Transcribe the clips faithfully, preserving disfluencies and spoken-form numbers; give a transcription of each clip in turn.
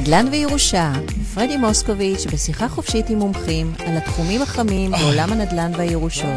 נדל"ן וירושה, פרדי מוסקוביץ' בשיחה חופשית עם מומחים על התחומים החמים בעולם הנדל"ן והירושות.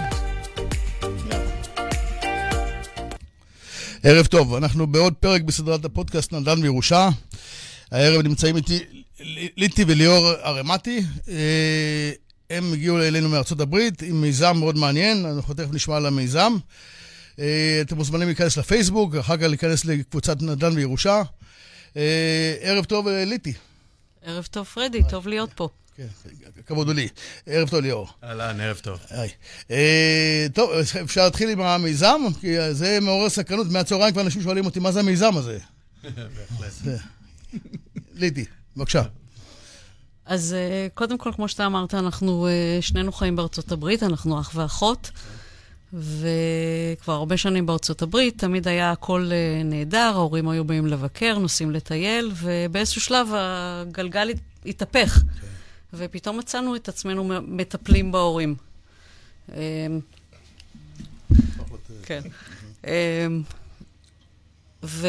ערב טוב, אנחנו בעוד פרק בסדרת הפודקאסט נדל"ן וירושה. הערב נמצאים איתי ליטי וליאור ארמתי. הם הגיעו אלינו מארצות הברית עם מיזם מאוד מעניין, אנחנו תכף נשמע על המיזם. אתם מוזמנים להיכנס לפייסבוק, אחר כך להיכנס לקבוצת נדל"ן וירושה. ערב טוב ליטי. ערב טוב פרדי, טוב להיות פה. כן, כבוד לי. ערב טוב ליאור. אהלן, ערב טוב. טוב, אפשר להתחיל עם המיזם? כי זה מעורר סקרנות. מהצהריים כבר אנשים שואלים אותי, מה זה המיזם הזה? בהחלט. ליטי, בבקשה. אז קודם כל, כמו שאתה אמרת, אנחנו שנינו חיים בארצות הברית, אנחנו אח ואחות, וכבר הרבה שנים בארצות הברית, תמיד היה הכל נהדר, ההורים היו באים לבקר, נוסעים לטייל, ובאיזשהו שלב הגלגל התהפך, ופתאום מצאנו את עצמנו מטפלים בהורים. כן. ו...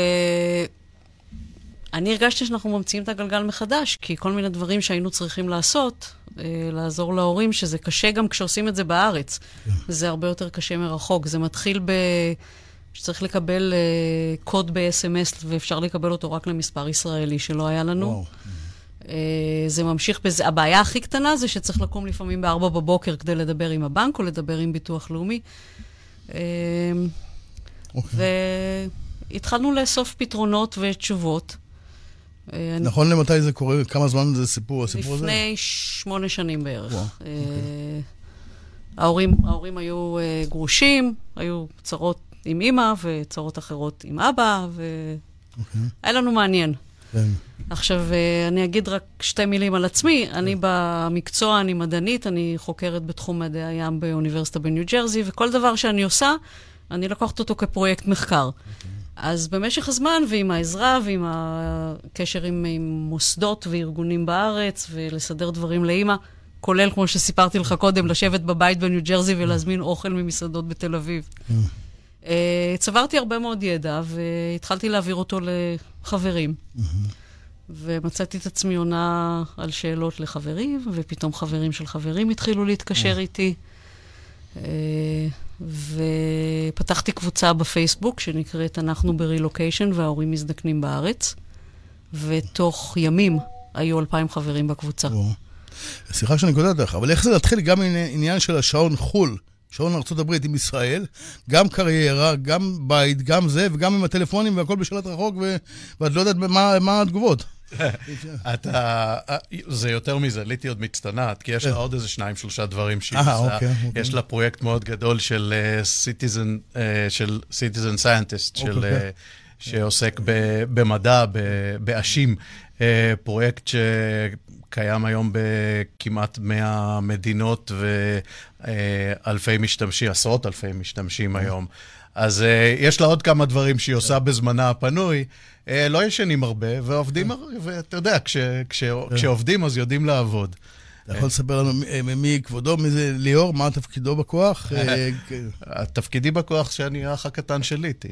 אני הרגשתי שאנחנו ממציאים את הגלגל מחדש, כי כל מיני דברים שהיינו צריכים לעשות, אה, לעזור להורים, שזה קשה גם כשעושים את זה בארץ. Yeah. זה הרבה יותר קשה מרחוק. זה מתחיל ב... שצריך לקבל אה, קוד ב-אס אם אס, ואפשר לקבל אותו רק למספר ישראלי שלא היה לנו. Wow. אה, זה ממשיך בזה. הבעיה הכי קטנה זה שצריך לקום לפעמים בארבע בבוקר כדי לדבר עם הבנק, או לדבר עם ביטוח לאומי. אה, okay. והתחלנו לאסוף פתרונות ותשובות. נכון למתי זה קורה? כמה זמן זה סיפור, הסיפור הזה? לפני שמונה שנים בערך. ההורים היו גרושים, היו צרות עם אמא וצרות אחרות עם אבא, והיה לנו מעניין. עכשיו, אני אגיד רק שתי מילים על עצמי. אני במקצוע, אני מדענית, אני חוקרת בתחום מדעי הים באוניברסיטה בניו ג'רזי, וכל דבר שאני עושה, אני לקחת אותו כפרויקט מחקר. אז במשך הזמן, ועם העזרה, ועם הקשר עם, עם מוסדות וארגונים בארץ, ולסדר דברים לאמא, כולל, כמו שסיפרתי לך קודם, לשבת בבית בניו ג'רזי ולהזמין אוכל ממסעדות בתל אביב. uh, צברתי הרבה מאוד ידע, והתחלתי להעביר אותו לחברים. ומצאתי את עצמי עונה על שאלות לחברים, ופתאום חברים של חברים התחילו להתקשר איתי. Uh, ופתחתי קבוצה בפייסבוק שנקראת אנחנו ברילוקיישן וההורים מזדקנים בארץ, ותוך ימים היו אלפיים חברים בקבוצה. סליחה שאני קודעת לך, אבל איך זה להתחיל גם עניין של השעון חול, שעון ארצות הברית עם ישראל, גם קריירה, גם בית, גם זה, וגם עם הטלפונים והכל בשלט רחוק, ואת לא יודעת מה התגובות. אתה, זה יותר מזה, ליטי עוד מצטנעת, כי יש לה עוד איזה שניים, שלושה דברים שהיא עושה. יש לה פרויקט מאוד גדול של Citizen, של Citizen Scientist, שעוסק במדע, באשים, פרויקט שקיים היום בכמעט מאה מדינות ואלפי משתמשים, עשרות אלפי משתמשים היום. אז uh, יש לה עוד כמה דברים שהיא עושה בזמנה הפנוי, uh, לא ישנים הרבה, ועובדים, ואתה יודע, כש, כש, כשעובדים אז יודעים לעבוד. אתה יכול לספר לנו מי כבודו, מי זה ליאור, מה תפקידו בכוח? התפקידי בכוח שאני האח הקטן של ליטי.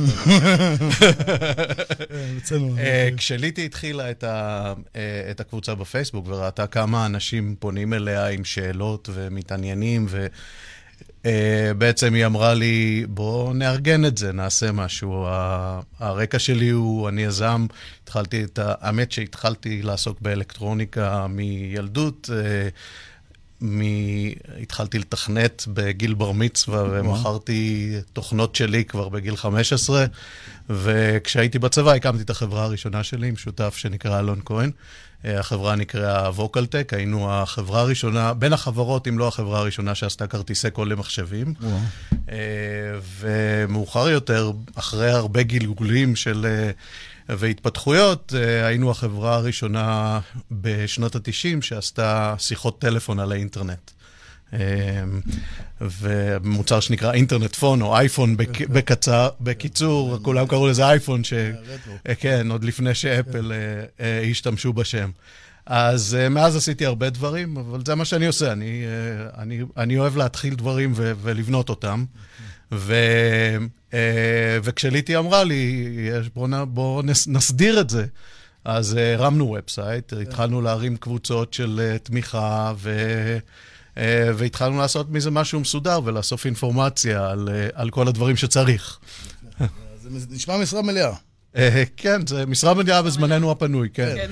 כשליטי התחילה את הקבוצה בפייסבוק, וראתה כמה אנשים פונים אליה עם שאלות ומתעניינים, ו... בעצם היא אמרה לי, בוא נארגן את זה, נעשה משהו. הרקע שלי הוא, אני יזם, התחלתי את האמת שהתחלתי לעסוק באלקטרוניקה מילדות, מ... התחלתי לתכנת בגיל בר מצווה, ומכרתי תוכנות שלי כבר בגיל חמש עשרה, וכשהייתי בצבא הקמתי את החברה הראשונה שלי עם שותף שנקרא אלון כהן. החברה נקראה ווקלטק, היינו החברה הראשונה, בין החברות, אם לא החברה הראשונה שעשתה כרטיסי קול למחשבים. ומאוחר יותר, אחרי הרבה גלגולים של, והתפתחויות, היינו החברה הראשונה בשנות ה-תשעים שעשתה שיחות טלפון על האינטרנט. ומוצר שנקרא אינטרנט פון או אייפון בקצר, בקיצור, כולם קראו לזה אייפון, כן, עוד לפני שאפל השתמשו בשם. אז מאז עשיתי הרבה דברים, אבל זה מה שאני עושה, אני, אני, אני אוהב להתחיל דברים ו- ולבנות אותם. ו- וכשליטי אמרה לי, בוא, בוא נסדיר את זה, אז הרמנו ובסייט, התחלנו להרים קבוצות של תמיכה, והתחלנו לעשות מזה משהו מסודר, ולאסוף אינפורמציה על כל הדברים שצריך. זה נשמע משרה מלאה. כן, זה משרה מלאה בזמננו הפנוי, כן.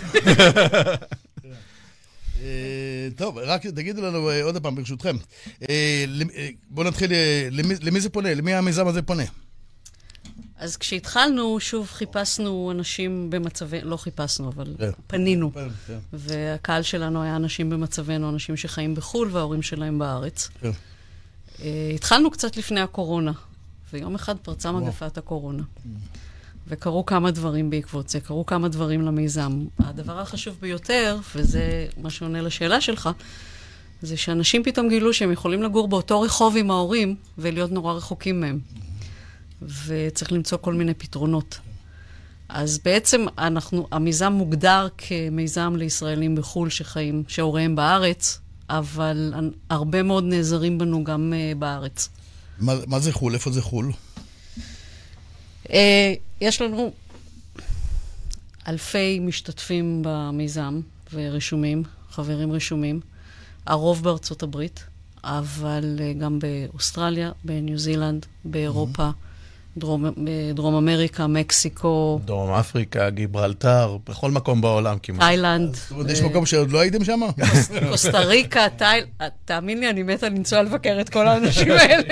טוב, רק תגידו לנו עוד פעם, ברשותכם. בואו נתחיל, למי זה פונה? למי המיזם הזה פונה? אז כשהתחלנו, שוב חיפשנו אנשים במצבי, לא חיפשנו, אבל פנינו. והקהל שלנו היה אנשים במצבנו, אנשים שחיים בחול וההורים שלהם בארץ. התחלנו קצת לפני הקורונה, ויום אחד פרצה מגפת הקורונה. וקראו כמה דברים בעקבות זה, קראו כמה דברים למיזם. הדבר החשוב ביותר, וזה מה שעונה לשאלה שלך, זה שאנשים פתאום גילו שהם יכולים לגור באותו רחוב עם ההורים, ולהיות נורא רחוקים מהם. וצריך למצוא כל מיני פתרונות. אז בעצם אנחנו, המיזם מוגדר כמיזם לישראלים בחול שחיים, שהוריהם בארץ, אבל הרבה מאוד נעזרים בנו גם uh, בארץ. מה, מה זה חול? איפה זה חול? Uh, יש לנו אלפי משתתפים במיזם ורשומים, חברים רשומים, הרוב בארצות הברית, אבל uh, גם באוסטרליה, בניו זילנד, באירופה, mm-hmm. דרום, דרום אמריקה, מקסיקו. דרום אפריקה, גיברלטר, בכל מקום בעולם כמעט. תאילנד. זאת אומרת, יש מקום שעוד לא הייתם שם? קוסטה ריקה, תאילנד. תאמין לי, אני מתה לנסוע לבקר את כל האנשים האלה.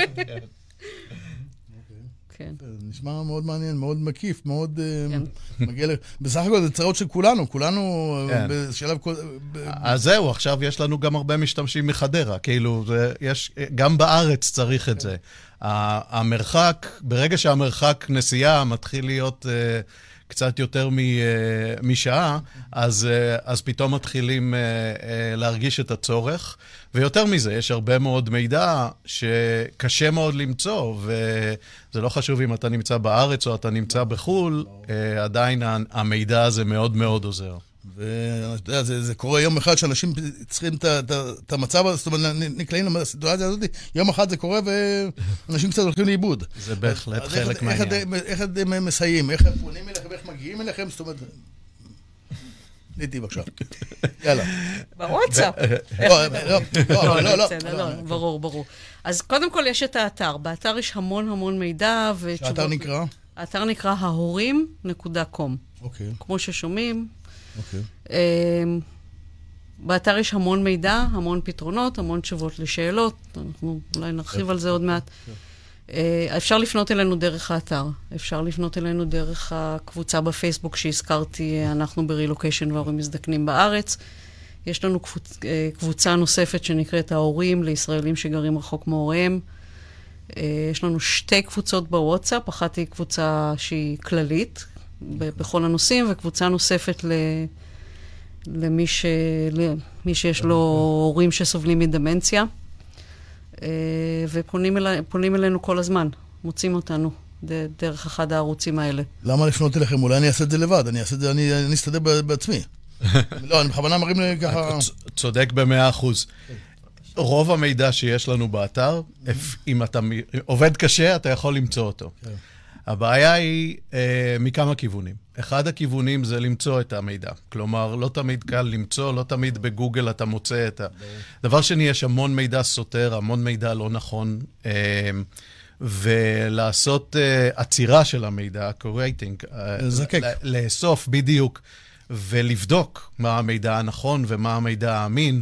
כן. נשמע מאוד מעניין, מאוד מקיף, מאוד מגיע ל... בסך הכל זה צרות של כולנו, כולנו בשלב... אז זהו, עכשיו יש לנו גם הרבה משתמשים מחדרה, כאילו, יש, גם בארץ צריך את זה. המרחק, ברגע שהמרחק נסיעה מתחיל להיות קצת יותר משעה, אז, אז פתאום מתחילים להרגיש את הצורך. ויותר מזה, יש הרבה מאוד מידע שקשה מאוד למצוא, וזה לא חשוב אם אתה נמצא בארץ או אתה נמצא בחול, עדיין המידע הזה מאוד מאוד עוזר. ואתה יודע, זה, זה קורה יום אחד שאנשים צריכים את המצב הזה, זאת אומרת, נקלעים לסיטואציה הזאת, יום אחד זה קורה ואנשים קצת הולכים לאיבוד. זה בהחלט חלק מהעניין. איך אתם מסייעים? איך הם פונים אליכם? איך מגיעים אליכם? זאת אומרת... ניתי בבקשה. יאללה. בוואטסאפ. לא, לא, לא, לא. ברור, ברור. אז קודם כל יש את האתר. באתר יש המון המון מידע. שהאתר נקרא? האתר נקרא ההורים נקודה קום. אוקיי. כמו ששומעים. אוקיי. באתר יש המון מידע, המון פתרונות, המון תשובות לשאלות. אנחנו אולי נרחיב על זה עוד מעט. אפשר לפנות אלינו דרך האתר, אפשר לפנות אלינו דרך הקבוצה בפייסבוק שהזכרתי, אנחנו ברילוקיישן וההורים מזדקנים בארץ. יש לנו קבוצ... קבוצה נוספת שנקראת ההורים לישראלים שגרים רחוק מהוריהם. יש לנו שתי קבוצות בוואטסאפ, אחת היא קבוצה שהיא כללית בכל הנושאים, וקבוצה נוספת ל... למי ש... למי שיש לו הורים שסובלים מדמנציה. ופונים אלי, פונים אלינו כל הזמן, מוצאים אותנו דרך אחד הערוצים האלה. למה לפנות אליכם? אולי אני אעשה את זה לבד, אני אעשה את זה, אני אסתדר בעצמי. לא, אני בכוונה מרים לי ככה... צודק במאה אחוז. רוב המידע שיש לנו באתר, אם אתה עובד קשה, אתה יכול למצוא אותו. הבעיה היא מכמה כיוונים. אחד הכיוונים זה למצוא את המידע. כלומר, לא תמיד קל למצוא, לא תמיד בגוגל אתה מוצא את ה... דבר שני, יש המון מידע סותר, המון מידע לא נכון, ולעשות עצירה של המידע, curating, לאסוף בדיוק, ולבדוק מה המידע הנכון ומה המידע האמין,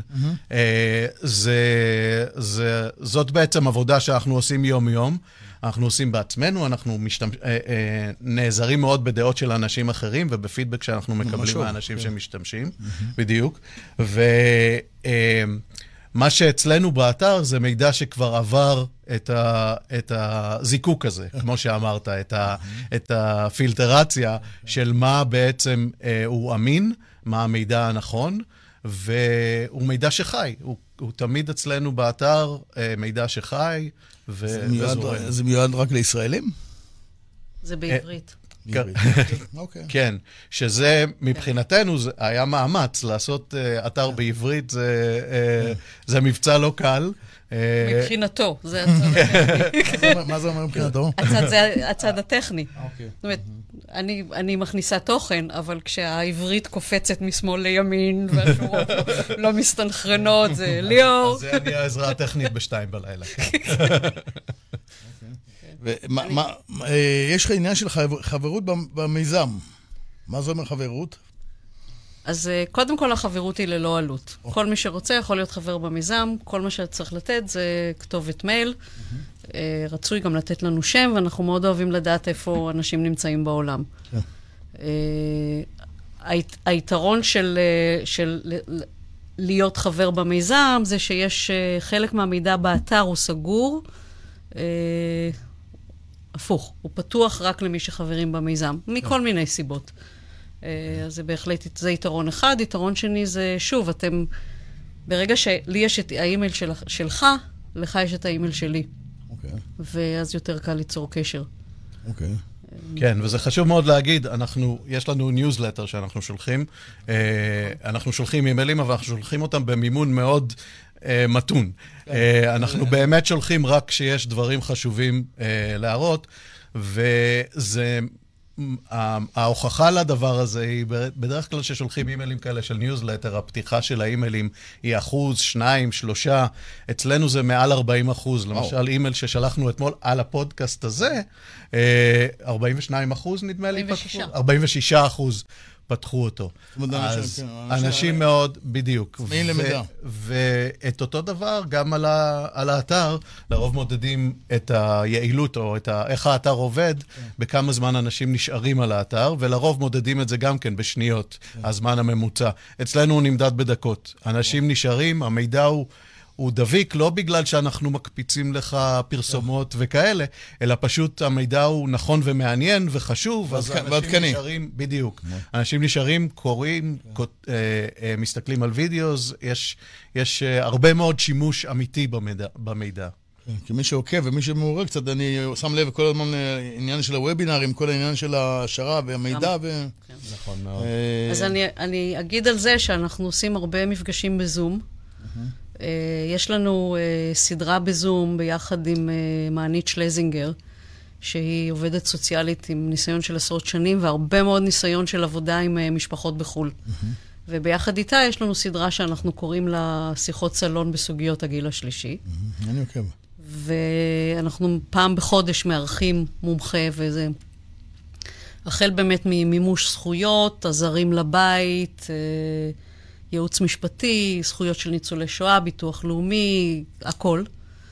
זאת בעצם עבודה שאנחנו עושים יום-יום, אנחנו עושים בעצמנו, אנחנו משתמש... נעזרים מאוד בדעות של אנשים אחרים, ובפידבק שאנחנו מקבלים מהאנשים שמשתמשים, בדיוק. ומה שאצלנו באתר זה מידע שכבר עבר את, ה... את הזיקוק הזה, כמו שאמרת, את, ה... את הפילטרציה של מה בעצם הוא אמין, מה המידע הנכון, והוא מידע שחי. הוא, הוא תמיד אצלנו באתר מידע שחי, זה מיועד רק לישראלים? זה בעברית. כן, שזה מבחינתנו היה מאמץ לעשות אתר בעברית, זה מבצע לא קל. מבחינתו, זה הצד הטכני. מה זה אומר מבחינתו? זה הצד הטכני. זאת אומרת, אני מכניסה תוכן, אבל כשהעברית קופצת משמאל לימין, והשורות לא מסתנכרנות, זה ליאור. אז זה אני העזרה הטכנית בשתיים בלילה. יש לך עניין של חברות במיזם. מה זה אומר חברות? אז קודם כל החברות היא ללא עלות. כל מי שרוצה יכול להיות חבר במיזם, כל מה שצריך לתת זה כתובת מייל. רצוי גם לתת לנו שם, ואנחנו מאוד אוהבים לדעת איפה אנשים נמצאים בעולם. היתרון של להיות חבר במיזם זה שיש חלק מהמידע באתר הוא סגור, הפוך, הוא פתוח רק למי שחברים במיזם, מכל מיני סיבות. אז זה בהחלט, זה יתרון אחד. יתרון שני זה, שוב, אתם, ברגע שלי יש את האימייל של, שלך, לך יש את האימייל שלי. אוקיי. ואז יותר קל ליצור קשר. אוקיי. כן, וזה חשוב מאוד להגיד, אנחנו, יש לנו ניוזלטר שאנחנו שולחים, אנחנו שולחים אימיילים, אבל אנחנו שולחים אותם במימון מאוד מתון. אנחנו באמת שולחים רק כשיש דברים חשובים להראות, וזה... ההוכחה לדבר הזה היא בדרך כלל ששולחים אימיילים כאלה של ניוזלטר, הפתיחה של האימיילים היא אחוז, שניים, שלושה, אצלנו זה מעל ארבעים אחוז. למשל, אימייל ששלחנו אתמול על הפודקאסט הזה, ארבעים ושניים אחוז נדמה לי פתחו, ארבעים ושישה אחוז פתחו אותו. אז אנשים מאוד, בדיוק. ואת אותו דבר גם על האתר, לרוב מודדים את היעילות או את איך האתר עובד, בכמה זמן אנשים נשארים על האתר, ולרוב מודדים את זה גם כן בשניות, הזמן הממוצע. אצלנו הוא נמדד בדקות. אנשים נשארים, המידע הוא... הוא דביק לא בגלל שאנחנו מקפיצים לך פרסומות וכאלה, אלא פשוט המידע הוא נכון ומעניין וחשוב, אז אנשים נשארים, בדיוק, אנשים נשארים, קוראים, מסתכלים על וידאוס, יש הרבה מאוד שימוש אמיתי במידע. כמי שעוקב ומי שמעורר קצת, אני שם לב כל הזמן עניין של הוובינרים, כל העניין של השערה והמידע. נכון מאוד. אז אני אגיד על זה שאנחנו עושים הרבה מפגשים בזום, יש לנו סדרה בזום ביחד עם מענית שלזינגר, שהיא עובדת סוציאלית עם ניסיון של עשרות שנים, והרבה מאוד ניסיון של עבודה עם משפחות בחול. וביחד איתה יש לנו סדרה שאנחנו קוראים לה שיחות סלון בסוגיות הגיל השלישי. אני עוקב. ואנחנו פעם בחודש מארחים מומחה, וזה החל באמת ממימוש זכויות, עזרים לבית, ייעוץ משפטי, זכויות של ניצולי שואה, ביטוח לאומי, הכל.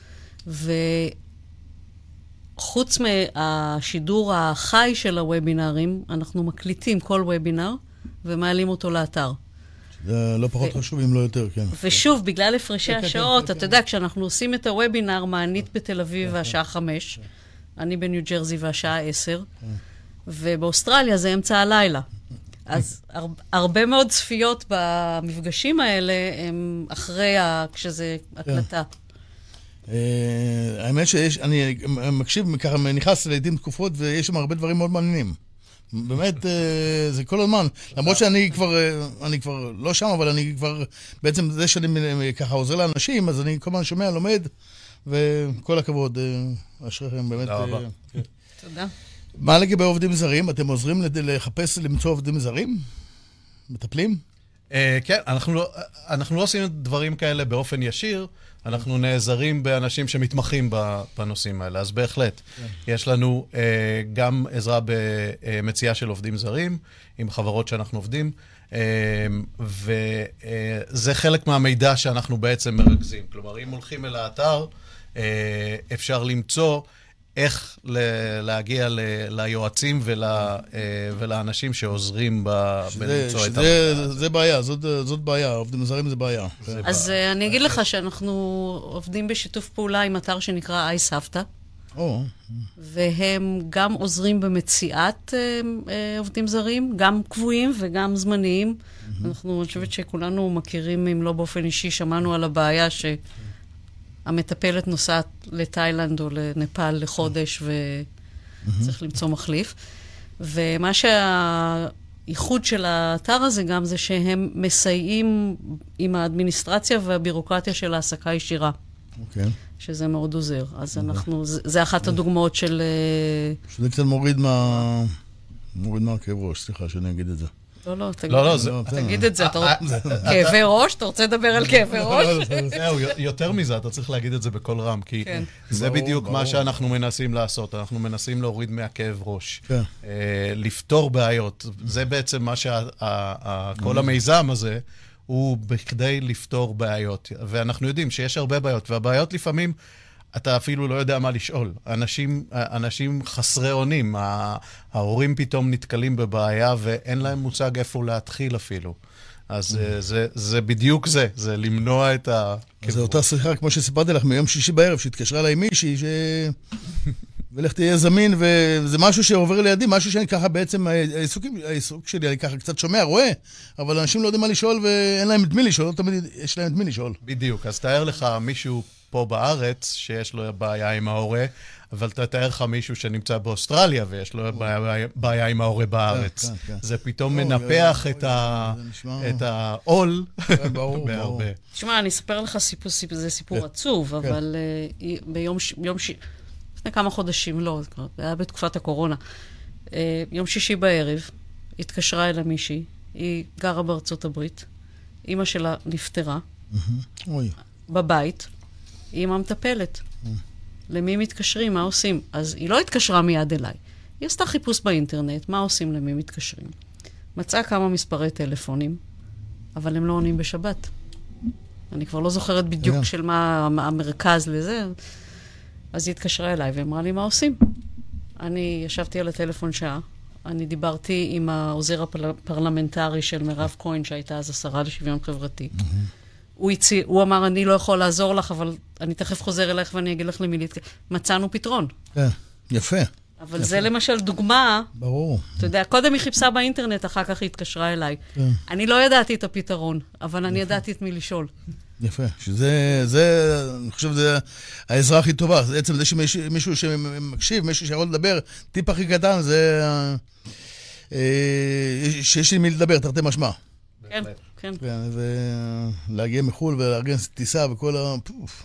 וחוץ מהשידור החי של הוובינרים, אנחנו מקליטים כל וובינר ומעלים אותו לאתר. זה לא פחות חשוב, אם לא יותר, כן. ושוב, בגלל הפרשי השעות, אתה יודע, כשאנחנו עושים את הוובינר, מענית בתל אביב והשעה חמש, אני בניו ג'רזי והשעה עשר, ובאוסטרליה זה אמצע הלילה. אז הרבה מאוד צפיות במפגשים האלה הם אחרי כשזה הקלטה. האמת שיש, אני מקשיב, ככה נכנס לעתים תקופות, ויש שם הרבה דברים מאוד מעניינים. באמת, זה כל הזמן. למרות שאני כבר, אני כבר לא שם, אבל אני כבר, בעצם זה שאני ככה עוזר לאנשים, אז אני כל הזמן שומע, לומד, וכל הכבוד, אשריכם, באמת. תודה. מה לגבי עובדים זרים? אתם עוזרים לחפש, למצוא עובדים זרים? מטפלים? כן, אנחנו לא עושים דברים כאלה באופן ישיר, אנחנו נעזרים באנשים שמתמחים בנושאים האלה, אז בהחלט. יש לנו גם עזרה במציאה של עובדים זרים, עם חברות שאנחנו עובדים, וזה חלק מהמידע שאנחנו בעצם מרכזים. כלומר, אם הולכים אל האתר, אפשר למצוא איך להגיע ליועצים ולאנשים שעוזרים בלמצוא את זה. זה בעיה, זאת בעיה, עובדים זרים זה בעיה. אז אני אגיד לך שאנחנו עובדים בשיתוף פעולה עם אתר שנקרא איי-סבתא, והם גם עוזרים במציאת עובדים זרים, גם קבועים וגם זמניים. אנחנו, אני חושבת שכולנו מכירים, אם לא באופן אישי, שמענו על הבעיה ש... המטפלת נוסעת לתאילנד או לנפאל לחודש וצריך למצוא מחליף. ומה שהייחוד של האתר הזה גם זה שהם מסייעים עם האדמיניסטרציה והבירוקרטיה של העסקה ישירה. אוקיי. שזה מאוד עוזר. אז אנחנו, זה, זה אחת הדוגמאות של... שזה קצת מוריד מה... מוריד מהכאב ראש, סליחה שאני אגיד את זה. לא, לא, תגיד, לא, לא, זה... תגיד את זה. כאבי ראש? אתה רוצה לדבר על כאבי ראש? זהו, יותר מזה, אתה צריך להגיד את זה בקול רם, כי זה בדיוק מה שאנחנו מנסים לעשות. אנחנו מנסים להוריד מהכאב ראש. לפתור בעיות. זה בעצם מה שכל המיזם הזה הוא בכדי לפתור בעיות. ואנחנו יודעים שיש הרבה בעיות, והבעיות לפעמים... אתה אפילו לא יודע מה לשאול. אנשים, אנשים חסרי אונים, ההורים פתאום נתקלים בבעיה ואין להם מושג איפה להתחיל אפילו. אז זה, זה בדיוק זה, זה למנוע את ה... זה אותה שיחה, כמו שסיפרתי לך, מיום שישי בערב, שהתקשרה אליי מישהי, ש... ולך תהיה זמין, וזה משהו שעובר לידי, משהו שאני ככה בעצם, העיסוקים, העיסוק שלי, אני ככה קצת שומע, רואה, אבל אנשים לא יודעים מה לשאול ואין להם את מי לשאול, לא תמיד יש להם את מי לשאול. בדיוק, אז תאר לך מישהו פה בארץ, שיש לו בעיה עם ההורה, אבל תאר לך מישהו שנמצא באוסטרליה, ויש לו בעיה, בעיה עם ההורה בארץ. כן, כן, כן. זה פתאום או, מנפח את, ה... נשמע... את העול בהרבה. תשמע, אני אספר לך סיפור, זה סיפור כן. עצוב, כן. אבל uh, ביום ש... ביום ש... לפני כמה חודשים, לא, זה היה בתקופת הקורונה. Uh, יום שישי בערב, התקשרה אלה מישהי, היא גרה בארצות הברית, אמא שלה נפטרה, אוי. בבית, היא אמא מטפלת. למי מתקשרים? מה עושים? אז היא לא התקשרה מיד אליי. היא עשתה חיפוש באינטרנט, מה עושים למי מתקשרים? מצאה כמה מספרי טלפונים, אבל הם לא עונים בשבת. אני כבר לא זוכרת בדיוק yeah. של מה המרכז לזה. אז היא התקשרה אליי ואמרה לי מה עושים. אני ישבתי על הטלפון שעה, אני דיברתי עם העוזר הפרלמנטרי של מירב כהן, שהייתה אז השרה לשוויון חברתי. Mm-hmm. הוא, הציא, הוא אמר, אני לא יכול לעזור לך, אבל אני תכף חוזר אלייך ואני אגיד לך למי להתקשר. מצאנו פתרון. כן, יפה. אבל יפה. זה למשל דוגמה. ברור. אתה יודע, קודם היא חיפשה באינטרנט, אחר כך היא התקשרה אליי. כן. אני לא ידעתי את הפתרון, אבל אני ידעתי את מי לשאול. יפה, שזה, זה, אני חושב, זה העזרה הכי טובה. זה בעצם זה שמישהו שמקשיב, מישהו שיכול לדבר, טיפ הכי קטן, זה שיש לי מי לדבר, תרתי משמע. כן, כן. כן, ולהגיע מחול ולארגן טיסה וכל ה...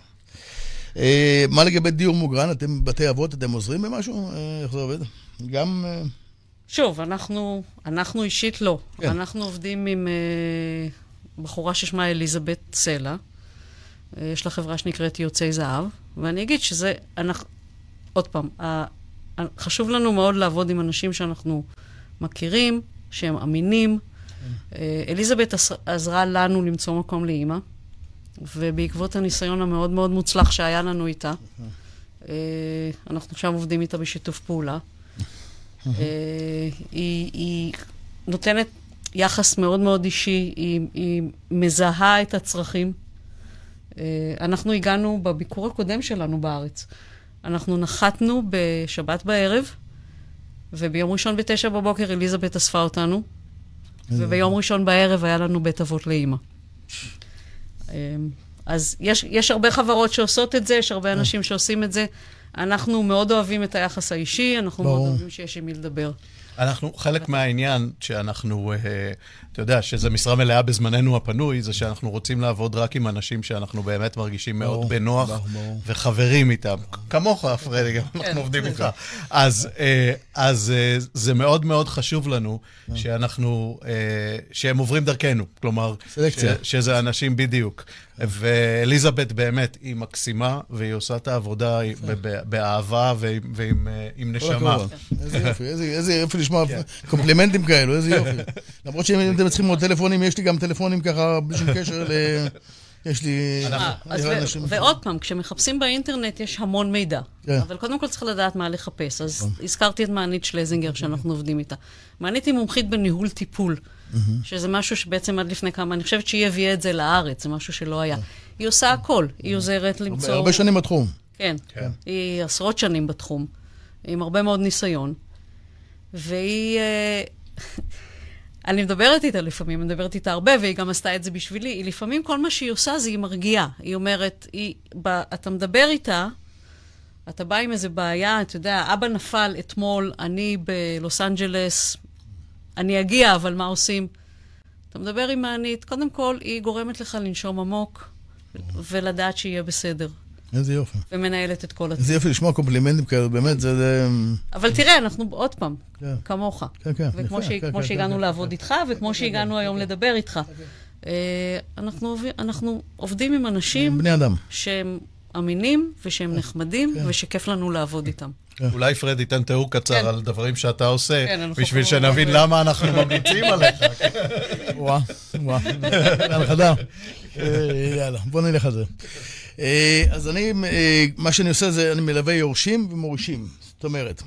מה לגבי דיור מוגרן? אתם בתי אבות, אתם עוזרים במשהו? איך זה עובד? גם... שוב, אנחנו, אנחנו אישית לא. כן. אנחנו עובדים עם uh, בחורה ששמה אליזבת סלע. Uh, יש לה חברה שנקראת יוצאי זהב, ואני אגיד שזה, אנחנו, עוד פעם, uh, חשוב לנו מאוד לעבוד עם אנשים שאנחנו מכירים, שהם אמינים. כן. Uh, אליזבת עזרה לנו למצוא מקום לאמא, ובעקבות הניסיון המאוד מאוד מוצלח שהיה לנו איתה, כן. uh, אנחנו עכשיו עובדים איתה בשיתוף פעולה. Uh, היא, היא נותנת יחס מאוד מאוד אישי, היא, היא מזהה את הצרכים. Uh, אנחנו הגענו בביקור הקודם שלנו בארץ. אנחנו נחתנו בשבת בערב, וביום ראשון בתשע בבוקר אליזבת אספה אותנו, וביום ראשון בערב היה לנו בית אבות לאמא. Uh, אז יש, יש הרבה חברות שעושות את זה, יש הרבה אנשים שעושים את זה. אנחנו מאוד אוהבים את היחס האישי, אנחנו מאוד אוהבים שיש עם מי לדבר. אנחנו, חלק מהעניין שאנחנו, אתה יודע, שזה משרה מלאה בזמננו הפנוי, זה שאנחנו רוצים לעבוד רק עם אנשים שאנחנו באמת מרגישים מאוד בנוח וחברים איתם. כמוך, פרדי, גם אנחנו עובדים איתך. אז, אז זה מאוד מאוד חשוב לנו שאנחנו, שהם עוברים דרכנו. כלומר, שזה אנשים בדיוק. ואליזבת באמת היא מקסימה, והיא עושה את העבודה באהבה ועם נשמה. איזה יופי, איזה יופי לשמוע קומפלימנטים כאלו, איזה יופי. למרות שאם אתם צריכים עוד טלפונים, יש לי גם טלפונים ככה בלי שום קשר ל... יש לי... ועוד פעם, כשמחפשים באינטרנט יש המון מידע, אבל קודם כל צריך לדעת מה לחפש. אז הזכרתי את מענית שלזינגר שאנחנו עובדים איתה. מענית היא מומחית בניהול טיפול. שזה משהו שבעצם עד לפני כמה, אני חושבת שהיא הביאה את זה לארץ, זה משהו שלא היה. היא עושה הכל, היא עוזרת למצוא... הרבה שנים בתחום. כן, היא עשרות שנים בתחום, עם הרבה מאוד ניסיון, והיא... אני מדברת איתה לפעמים, אני מדברת איתה הרבה, והיא גם עשתה את זה בשבילי. היא לפעמים כל מה שהיא עושה זה היא מרגיעה. היא אומרת, היא, אתה מדבר איתה, אתה בא עם איזה בעיה, אתה יודע, אבא נפל אתמול, אני בלוס אנג'לס, אני אגיע, אבל מה עושים? אתה מדבר עם מענית, קודם כל, היא גורמת לך לנשום עמוק, ולדעת שיהיה בסדר. איזה יופי. ומנהלת את כל הצד. איזה יופי לשמוע קומפלימנטים כאלה, באמת, זה... אבל תראה, אנחנו עוד פעם, כמוך. כן, כן. וכמו שהגענו לעבוד איתך, וכמו שהגענו היום לדבר איתך. אנחנו עובדים עם אנשים... בני אדם. שהם אמינים, ושהם נחמדים, ושכיף לנו לעבוד איתם. אולי פרד ייתן תיאור קצר על דברים שאתה עושה, בשביל שנבין למה אנחנו ממליצים עליך. וואה, וואה. יאללה, חדר. יאללה, בוא נלך על זה. אז אני, מה שאני עושה זה, אני מלווה יורשים ומורישים. זאת אומרת,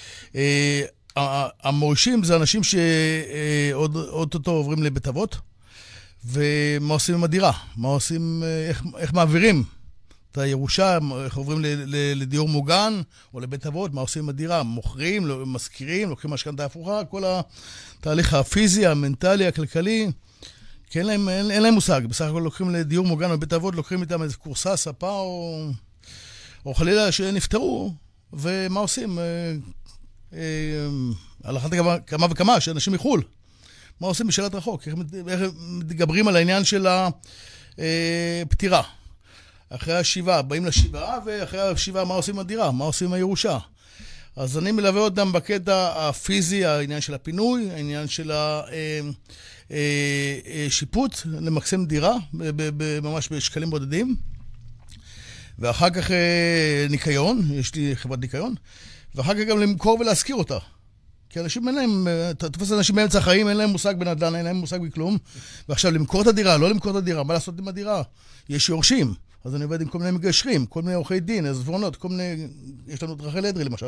המורישים זה אנשים שעוד עוברים לבית אבות, ומה עושים עם הדירה? מה עושים, איך מעבירים את הירושה, איך עוברים לדיור מוגן או לבית אבות, מה עושים עם הדירה? מוכרים, מזכירים, לוקחים משכנתא הפוכה, כל התהליך הפיזי, המנטלי, הכלכלי, כי אין להם, אין, אין להם מושג. בסך הכל לוקחים לדיור מוגן או בית אבות, לוקחים איתם איזה קורסה, ספה או, או חלילה שנפטרו, ומה עושים? אה, אה, על אחת כמה וכמה, שאנשים מחול. מה עושים בשאלת רחוק? איך, איך מתגברים על העניין של הפטירה? אחרי השבעה, באים לשבעה, ואחרי השבעה מה עושים עם הדירה? מה עושים עם הירושה? אז אני מלווה אותם בקטע הפיזי, העניין של הפינוי, העניין של השיפוט, למקסם דירה, ממש בשקלים בודדים. ואחר כך ניקיון, יש לי חברת ניקיון, ואחר כך גם למכור ולהזכיר אותה. כי אנשים אין להם, אתה תופס אנשים באמצע החיים, אין להם מושג בנדל"ן, אין להם מושג בכלום. ועכשיו למכור את הדירה, לא למכור את הדירה, מה לעשות עם הדירה? יש יורשים. אז אני עובד עם כל מיני מגשרים, כל מיני עורכי דין, עזבונות, כל מיני... יש לנו את רחל אדרי למשל.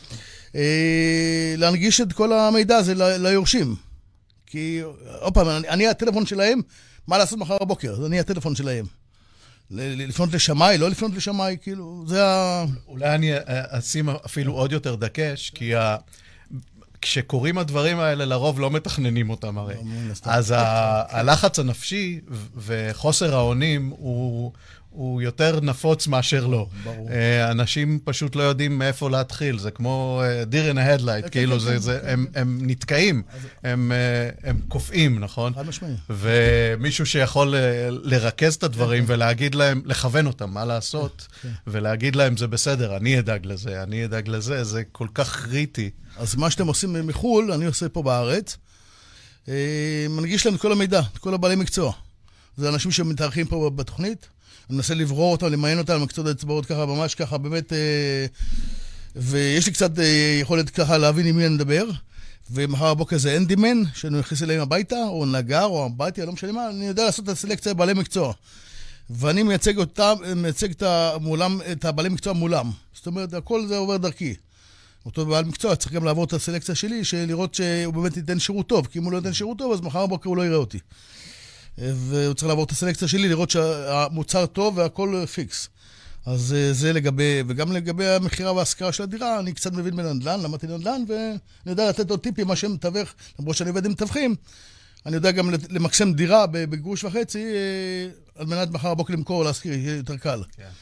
להנגיש את כל המידע הזה ליורשים. כי, עוד פעם, אני הטלפון שלהם, מה לעשות מחר בבוקר? אז אני הטלפון שלהם. לפנות לשמאי, לא לפנות לשמאי, כאילו, זה ה... אולי אני אשים אפילו עוד יותר דקש, כי ה... כשקוראים הדברים האלה, לרוב לא מתכננים אותם הרי. אז הלחץ הנפשי וחוסר האונים הוא... הוא יותר נפוץ מאשר לא. ברור. אנשים פשוט לא יודעים מאיפה להתחיל, זה כמו deer in a headlight, כאילו זה, זה, הם, הם נתקעים, הם, הם קופאים, נכון? חד משמעי. ומישהו שיכול לרכז את הדברים ולהגיד להם, לכוון אותם, מה לעשות, ולהגיד להם, זה בסדר, אני אדאג לזה, אני אדאג לזה, זה כל כך קריטי. אז מה שאתם עושים מחול, אני עושה פה בארץ, מנגיש להם את כל המידע, את כל הבעלי מקצוע. זה אנשים שמתארחים פה בתוכנית, אני מנסה לברור אותם, למיין אותם, מקצות האצבעות ככה, ממש ככה, באמת, ויש לי קצת יכולת ככה להבין עם מי אני מדבר, ומחר הבוקר זה אנדימן, שאני מכניס אליהם הביתה, או נגר, או אמבטיה, לא משנה מה, אני יודע לעשות את הסלקציה בעלי מקצוע. ואני מייצג אותם, מייצג את, המולם, את הבעלי מקצוע מולם. זאת אומרת, הכל זה עובר דרכי. אותו בעל מקצוע צריך גם לעבור את הסלקציה שלי, לראות שהוא באמת ייתן שירות טוב, כי אם הוא לא ייתן שירות טוב, אז מחר הבוקר הוא לא יראה אותי. והוא צריך לעבור את הסלקציה שלי, לראות שהמוצר טוב והכל פיקס. אז זה לגבי, וגם לגבי המחירה וההשכרה של הדירה, אני קצת מבין בנדל"ן, למדתי נדל"ן, ואני יודע לתת עוד טיפים, מה שהם מתווך, למרות שאני עובד עם מתווכים, אני יודע גם למקסם דירה בגרוש וחצי, על מנת מחר הבוקר למכור או להשכיר, יהיה יותר קל.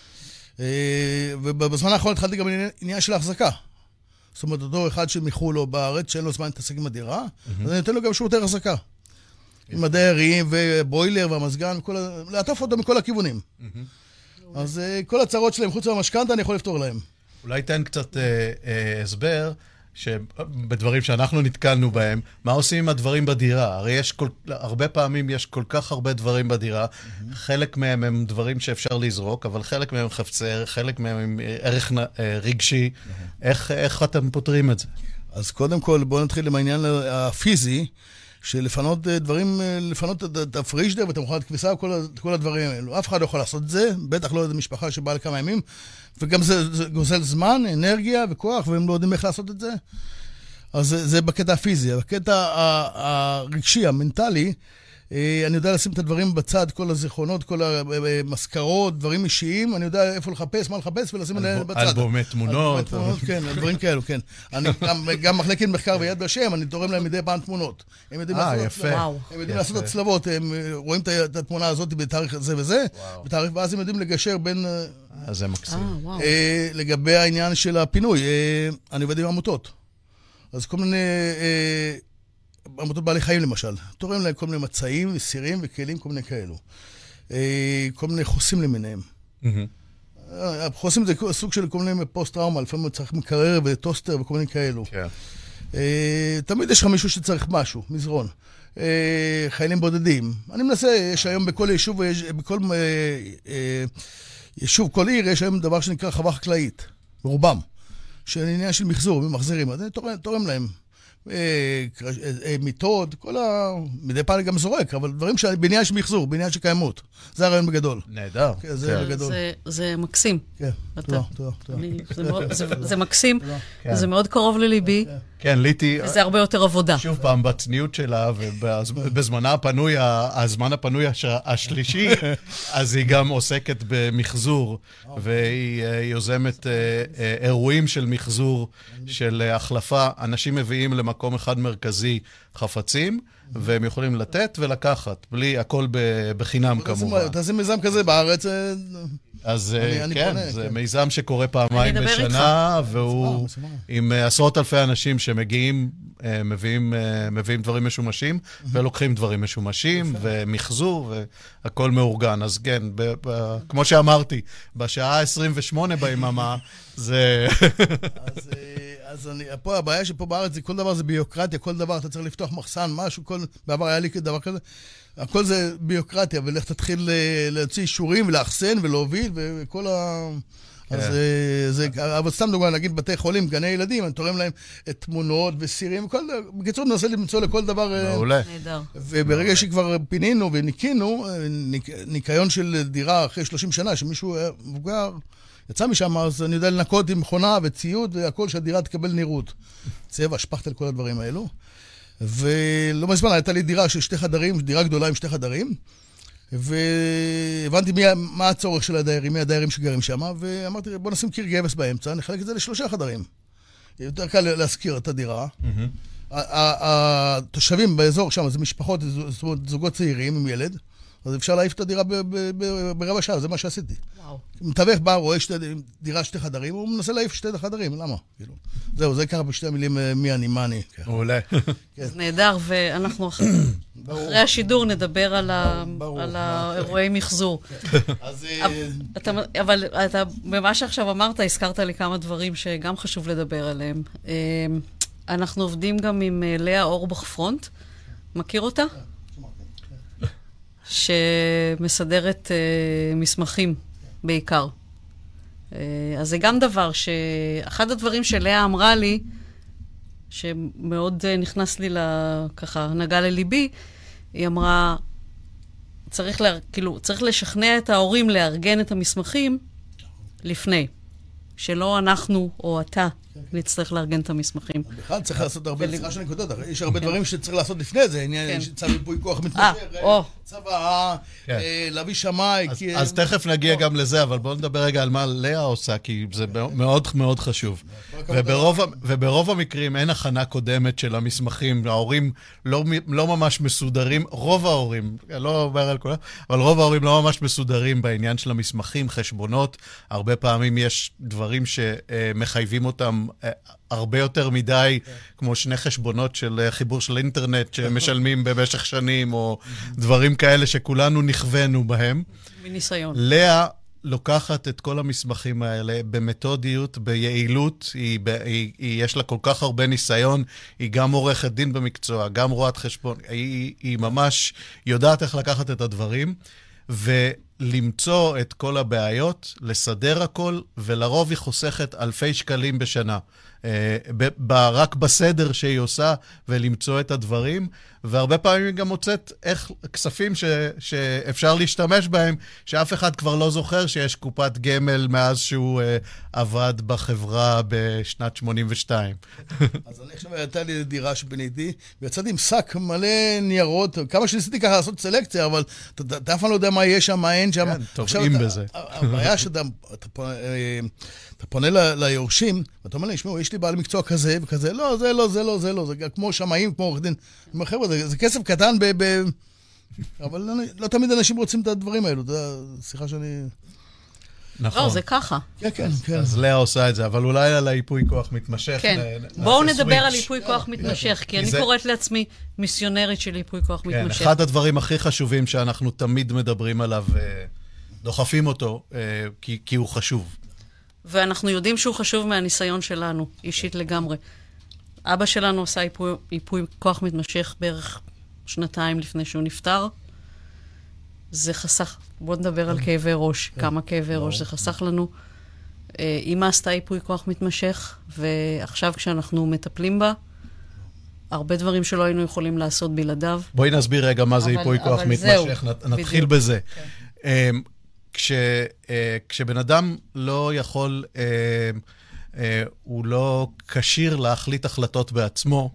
ובזמן האחרון התחלתי גם עניין של ההחזקה. זאת אומרת, אותו אחד שמחול לו בארץ, שאין לו זמן להתעסק עם הדירה, אז אני נותן לו גם שירותי החזקה. עם הדיירים ובוילר והמזגן, לעטוף אותו מכל הכיוונים. אז כל הצרות שלהם, חוץ מהמשכנתא, אני יכול לפתור להם. אולי תן קצת הסבר, שבדברים שאנחנו נתקלנו בהם, מה עושים עם הדברים בדירה? הרי יש הרבה פעמים יש כל כך הרבה דברים בדירה, חלק מהם הם דברים שאפשר לזרוק, אבל חלק מהם חפצר, חלק מהם הם ערך רגשי. איך אתם פותרים את זה? אז קודם כל, בואו נתחיל עם העניין הפיזי, שלפנות דברים, לפנות את הפריג'דר ואת המכונת כביסה, כל, כל הדברים האלו. אף אחד לא יכול לעשות את זה, בטח לא איזו משפחה שבאה לכמה ימים, וגם זה, זה גוזל זמן, אנרגיה וכוח, והם לא יודעים איך לעשות את זה. אז זה, זה בקטע הפיזי. בקטע הרגשי, המנטלי, אני יודע לשים את הדברים בצד, כל הזיכרונות, כל המזכרות, דברים אישיים, אני יודע איפה לחפש, מה לחפש, ולשים את בצד. אלבומי תמונות. כן, דברים כאלו, כן. גם מחלקת מחקר ויד בשם, אני תורם להם מדי פעם תמונות. אה, יפה. הם יודעים לעשות הצלבות, הם רואים את התמונה הזאת בתאריך זה וזה, ואז הם יודעים לגשר בין... אז זה מקסים. לגבי העניין של הפינוי, אני עובד עם עמותות. אז כל מיני... עמותות בעלי חיים למשל, תורם להם כל מיני מצעים, סירים וכלים, כל מיני כאלו. כל מיני חוסים למיניהם. חוסים זה סוג של כל מיני פוסט-טראומה, לפעמים צריך מקרר וטוסטר וכל מיני כאלו. תמיד יש לך מישהו שצריך משהו, מזרון. חיילים בודדים. אני מנסה, יש היום בכל יישוב, בכל יישוב, כל עיר, יש היום דבר שנקרא חווה חקלאית, ברובם, שעניין של מחזור, ממחזרים, אז אני תורם להם. מיטות, כל ה... מדי פעם גם זורק, אבל דברים בעניין של מחזור, בעניין של קיימות. זה הרעיון בגדול. נהדר. זה מקסים. כן, תודה, תודה. זה מקסים, זה מאוד קרוב לליבי. כן, ליטי... וזה הרבה יותר עבודה. שוב פעם, בצניעות שלה, ובזמנה הפנוי, הזמן הפנוי השלישי, אז היא גם עוסקת במחזור, והיא יוזמת אירועים של מחזור, של החלפה. אנשים מביאים למקום אחד מרכזי חפצים, והם יכולים לתת ולקחת, בלי הכל בחינם כמובן. תעשי מיזם כזה בארץ... אז כן, זה מיזם שקורה פעמיים בשנה, והוא עם עשרות אלפי אנשים שמגיעים, מביאים דברים משומשים, ולוקחים דברים משומשים, ומחזור, והכל מאורגן. אז כן, כמו שאמרתי, בשעה עשרים ושמונה ביממה, זה... אז פה הבעיה שפה בארץ, כל דבר זה ביוקרטיה, כל דבר אתה צריך לפתוח מחסן, משהו, בעבר היה לי דבר כזה. הכל זה ביוקרטיה, ולך תתחיל להוציא אישורים ולאחסן ולהוביל וכל ה... אז זה... אבל סתם דוגמה, נגיד בתי חולים, גני ילדים, אני תורם להם תמונות וסירים, בקיצור ננסה למצוא לכל דבר... מעולה. וברגע שכבר פינינו וניקינו, ניקיון של דירה אחרי שלושים שנה, שמישהו מבוגר יצא משם, אז אני יודע לנקות עם מכונה וציוד והכל שהדירה תקבל נראות. צבע, שפכת על כל הדברים האלו. ולא מזמן, הייתה לי דירה של שתי חדרים, דירה גדולה עם שתי חדרים, והבנתי מי, מה הצורך של הדיירים, מי הדיירים שגרים שם, ואמרתי, בוא נשים קיר גבס באמצע, נחלק את זה לשלושה חדרים. יותר קל להזכיר את הדירה. התושבים באזור שם, זה משפחות, זוגות צעירים עם ילד, אז אפשר להעיף את הדירה ברבע שעה, זה מה שעשיתי. מתווך בא, רואה דירה שתי חדרים, הוא מנסה להעיף שתי חדרים, למה? זהו, זה ככה בשתי המילים מי אני, מה אני. מעולה. זה נהדר, ואנחנו אחרי השידור נדבר על האירועי מחזור. אבל במה שעכשיו אמרת, הזכרת לי כמה דברים שגם חשוב לדבר עליהם. אנחנו עובדים גם עם לאה אורבך פרונט, מכיר אותה? שמסדרת uh, מסמכים בעיקר. Uh, אז זה גם דבר שאחד הדברים שלאה אמרה לי, שמאוד uh, נכנס לי ככה, נגע לליבי, היא אמרה, צריך, לה, כאילו, צריך לשכנע את ההורים לארגן את המסמכים לפני, שלא אנחנו או אתה נצטרך לארגן את המסמכים. בכלל צריך לעשות הרבה לצחה של נקודות, יש הרבה דברים שצריך לעשות לפני זה, עניין צו ייפוי כוח מתמשך, צבא, להביא שמאי. אז תכף נגיע גם לזה, אבל בואו נדבר רגע על מה לאה עושה, כי זה מאוד מאוד חשוב. וברוב המקרים אין הכנה קודמת של המסמכים, ההורים לא ממש מסודרים, רוב ההורים, לא אומר על כולם, אבל רוב ההורים לא ממש מסודרים בעניין של המסמכים, חשבונות, הרבה פעמים יש דברים שמחייבים אותם הרבה יותר מדי, כמו שני חשבונות של חיבור של אינטרנט שמשלמים במשך שנים, או דברים כאלה שכולנו נכוונו בהם. מניסיון. לאה לוקחת את כל המסמכים האלה במתודיות, ביעילות, היא, היא, היא, יש לה כל כך הרבה ניסיון, היא גם עורכת דין במקצוע, גם רואת חשבון, היא, היא ממש יודעת איך לקחת את הדברים, ו... למצוא את כל הבעיות, לסדר הכל, ולרוב היא חוסכת אלפי שקלים בשנה. רק בסדר שהיא עושה, ולמצוא את הדברים, והרבה פעמים היא גם מוצאת איך כספים ש, שאפשר להשתמש בהם, שאף אחד כבר לא זוכר שיש קופת גמל מאז שהוא uh, עבד בחברה בשנת שמונים ושתיים. אז אני עכשיו הייתה לי דירה שבניתי, ויצאתי עם שק מלא ניירות, כמה שניסיתי ככה לעשות סלקציה, אבל אתה, אתה אף פעם לא יודע מה יש שם, מה אין שם. כן, טובעים בזה. הבעיה שאתה אתה פונה, אתה פונה ל, ליורשים, ואתה אומר לי, שמעו, יש לי בעל מקצוע כזה וכזה, לא, זה לא, זה לא, זה לא, זה כמו שמאים, כמו עורך דין. אני אומר, חבר'ה, זה, זה כסף קטן ב... ב... אבל לא, לא תמיד אנשים רוצים את הדברים האלו, זו שיחה שאני... נכון. לא, זה ככה. כן, כן, כן. אז לאה עושה את זה, אבל אולי על היפוי כוח מתמשך. כן. בואו נדבר על היפוי כוח מתמשך, כי אני קוראת לעצמי מיסיונרית של היפוי כוח מתמשך. כן, אחד הדברים הכי חשובים שאנחנו תמיד מדברים עליו, דוחפים אותו, כי הוא חשוב. ואנחנו יודעים שהוא חשוב מהניסיון שלנו, אישית לגמרי. אבא שלנו עשה היפוי, היפוי כוח מתמשך בערך שנתיים לפני שהוא נפטר. זה חסך, בואו נדבר על כאבי ראש, כמה כאבי ראש זה חסך לנו. אמא עשתה היפוי כוח מתמשך, ועכשיו כשאנחנו מטפלים בה, הרבה דברים שלא היינו יכולים לעשות בלעדיו. בואי נסביר רגע מה זה היפוי כוח מתמשך, נתחיל בזה. כש, כשבן אדם לא יכול, הוא לא קשיר להחליט החלטות בעצמו,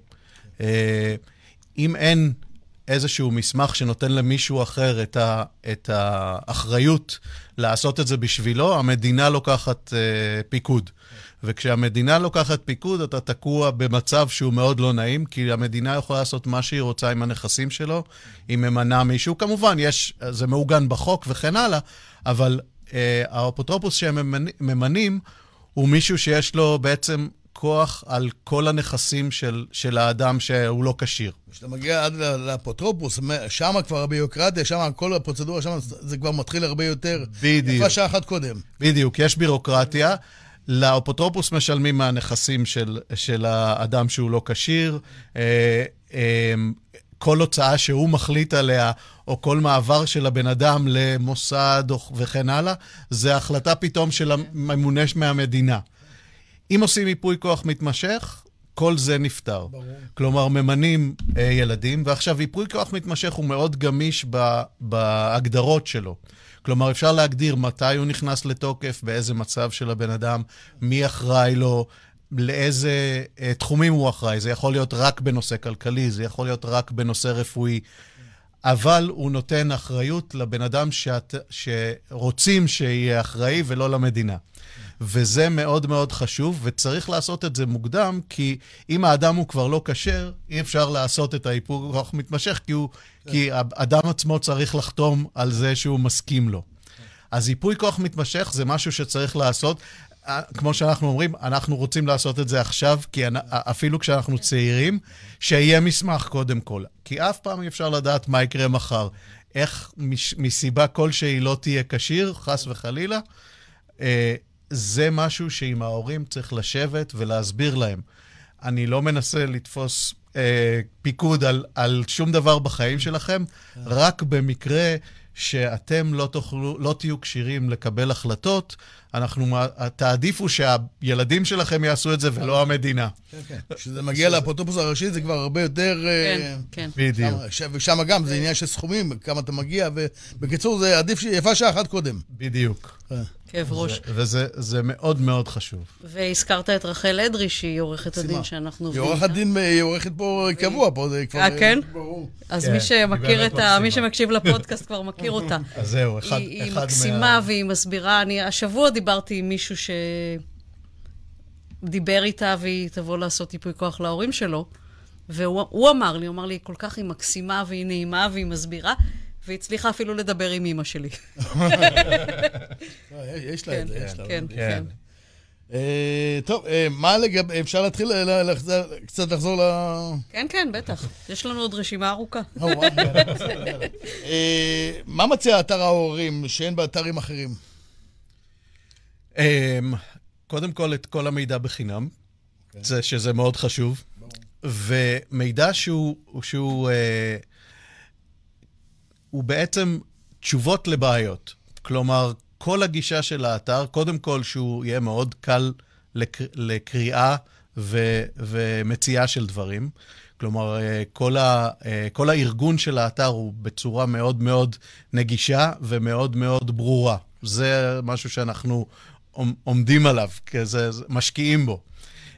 אם אין איזשהו מסמך שנותן למישהו אחר את, ה, את האחריות לעשות את זה בשבילו, המדינה לוקחת פיקוד. וכשהמדינה לוקחת פיקוד, אתה תקוע במצב שהוא מאוד לא נעים, כי המדינה יכולה לעשות מה שהיא רוצה עם הנכסים שלו, היא ממנה מישהו. כמובן, יש, זה מעוגן בחוק וכן הלאה, אבל אה, האפוטרופוס שהם ממנים, הוא מישהו שיש לו בעצם כוח על כל הנכסים של, של האדם שהוא לא כשיר. כשאתה מגיע עד לאפוטרופוס, שם כבר הביוקרטיה, שם כל הפרוצדורה, שם זה כבר מתחיל הרבה יותר. בדיוק. יפה שעה אחת קודם. בדיוק, יש בירוקרטיה. לאפוטרופוס משלמים מהנכסים של, של האדם שהוא לא כשיר, אה, אה, כל הוצאה שהוא מחליט עליה, או כל מעבר של הבן אדם למוסד וכן הלאה, זה החלטה פתאום של הממונה מהמדינה. אם עושים ייפוי כוח מתמשך, כל זה נפטר. ברור. כלומר, ממנים אה, ילדים, ועכשיו ייפוי כוח מתמשך הוא מאוד גמיש ב, בהגדרות שלו. כלומר, אפשר להגדיר מתי הוא נכנס לתוקף, באיזה מצב של הבן אדם, מי אחראי לו, לאיזה אה, תחומים הוא אחראי. זה יכול להיות רק בנושא כלכלי, זה יכול להיות רק בנושא רפואי, אבל הוא נותן אחריות לבן אדם שאת, שרוצים שיהיה אחראי ולא למדינה. וזה מאוד מאוד חשוב, וצריך לעשות את זה מוקדם, כי אם האדם הוא כבר לא כשר, אי אפשר לעשות את היפוי כוח מתמשך, כי, הוא, כי האדם עצמו צריך לחתום על זה שהוא מסכים לו. אז ייפוי כוח מתמשך זה משהו שצריך לעשות, כמו שאנחנו אומרים, אנחנו רוצים לעשות את זה עכשיו, כי אפילו כשאנחנו צעירים, שיהיה מסמך קודם כל. כי אף פעם אי אפשר לדעת מה יקרה מחר. איך מסיבה כלשהי לא תהיה כשיר, חס וחלילה, זה משהו שעם ההורים צריך לשבת ולהסביר להם. אני לא מנסה לתפוס אה, פיקוד על, על שום דבר בחיים שלכם, רק במקרה שאתם לא תוכלו, לא תהיו כשירים לקבל החלטות, אנחנו תעדיפו שהילדים שלכם יעשו את זה ולא המדינה. כן, כן. כשזה מגיע לאפוטרופוס הראשי זה כבר הרבה יותר... כן, כן. בדיוק. ושם גם זה עניין של סכומים, כמה אתה מגיע, ובקיצור זה עדיף שיפה שעה אחת קודם. בדיוק. כאב ראש. וזה מאוד מאוד חשוב. והזכרת את רחל אדרי, שהיא עורכת הדין שאנחנו עובדים. היא עורכת דין, היא עורכת פה קבוע פה, זה כבר... אה, כן? אז מי שמכיר את ה... מי שמקשיב לפודקאסט כבר מכיר אותה. אז זהו, אחד מה... היא מקסימה והיא מסבירה. אני השבוע דיברתי עם מישהו שדיבר איתה והיא תבוא לעשות ייפוי כוח להורים שלו, והוא אמר לי, הוא אמר לי, כל כך היא מקסימה והיא נעימה והיא מסבירה, והיא הצליחה אפילו לדבר עם אמא שלי. יש לה את זה, יש לה. כן, כן. טוב, מה לגבי, אפשר להתחיל קצת לחזור ל... כן, כן, בטח. יש לנו עוד רשימה ארוכה. מה מציע אתר ההורים שאין באתרים אחרים? קודם כל, את כל המידע בחינם, שזה מאוד חשוב, ומידע שהוא הוא בעצם תשובות לבעיות. כלומר, כל הגישה של האתר, קודם כל שהוא יהיה מאוד קל לק... לקריאה ו... ומציאה של דברים. כלומר, כל, ה... כל הארגון של האתר הוא בצורה מאוד מאוד נגישה ומאוד מאוד ברורה. זה משהו שאנחנו עומדים עליו, כי זה משקיעים בו.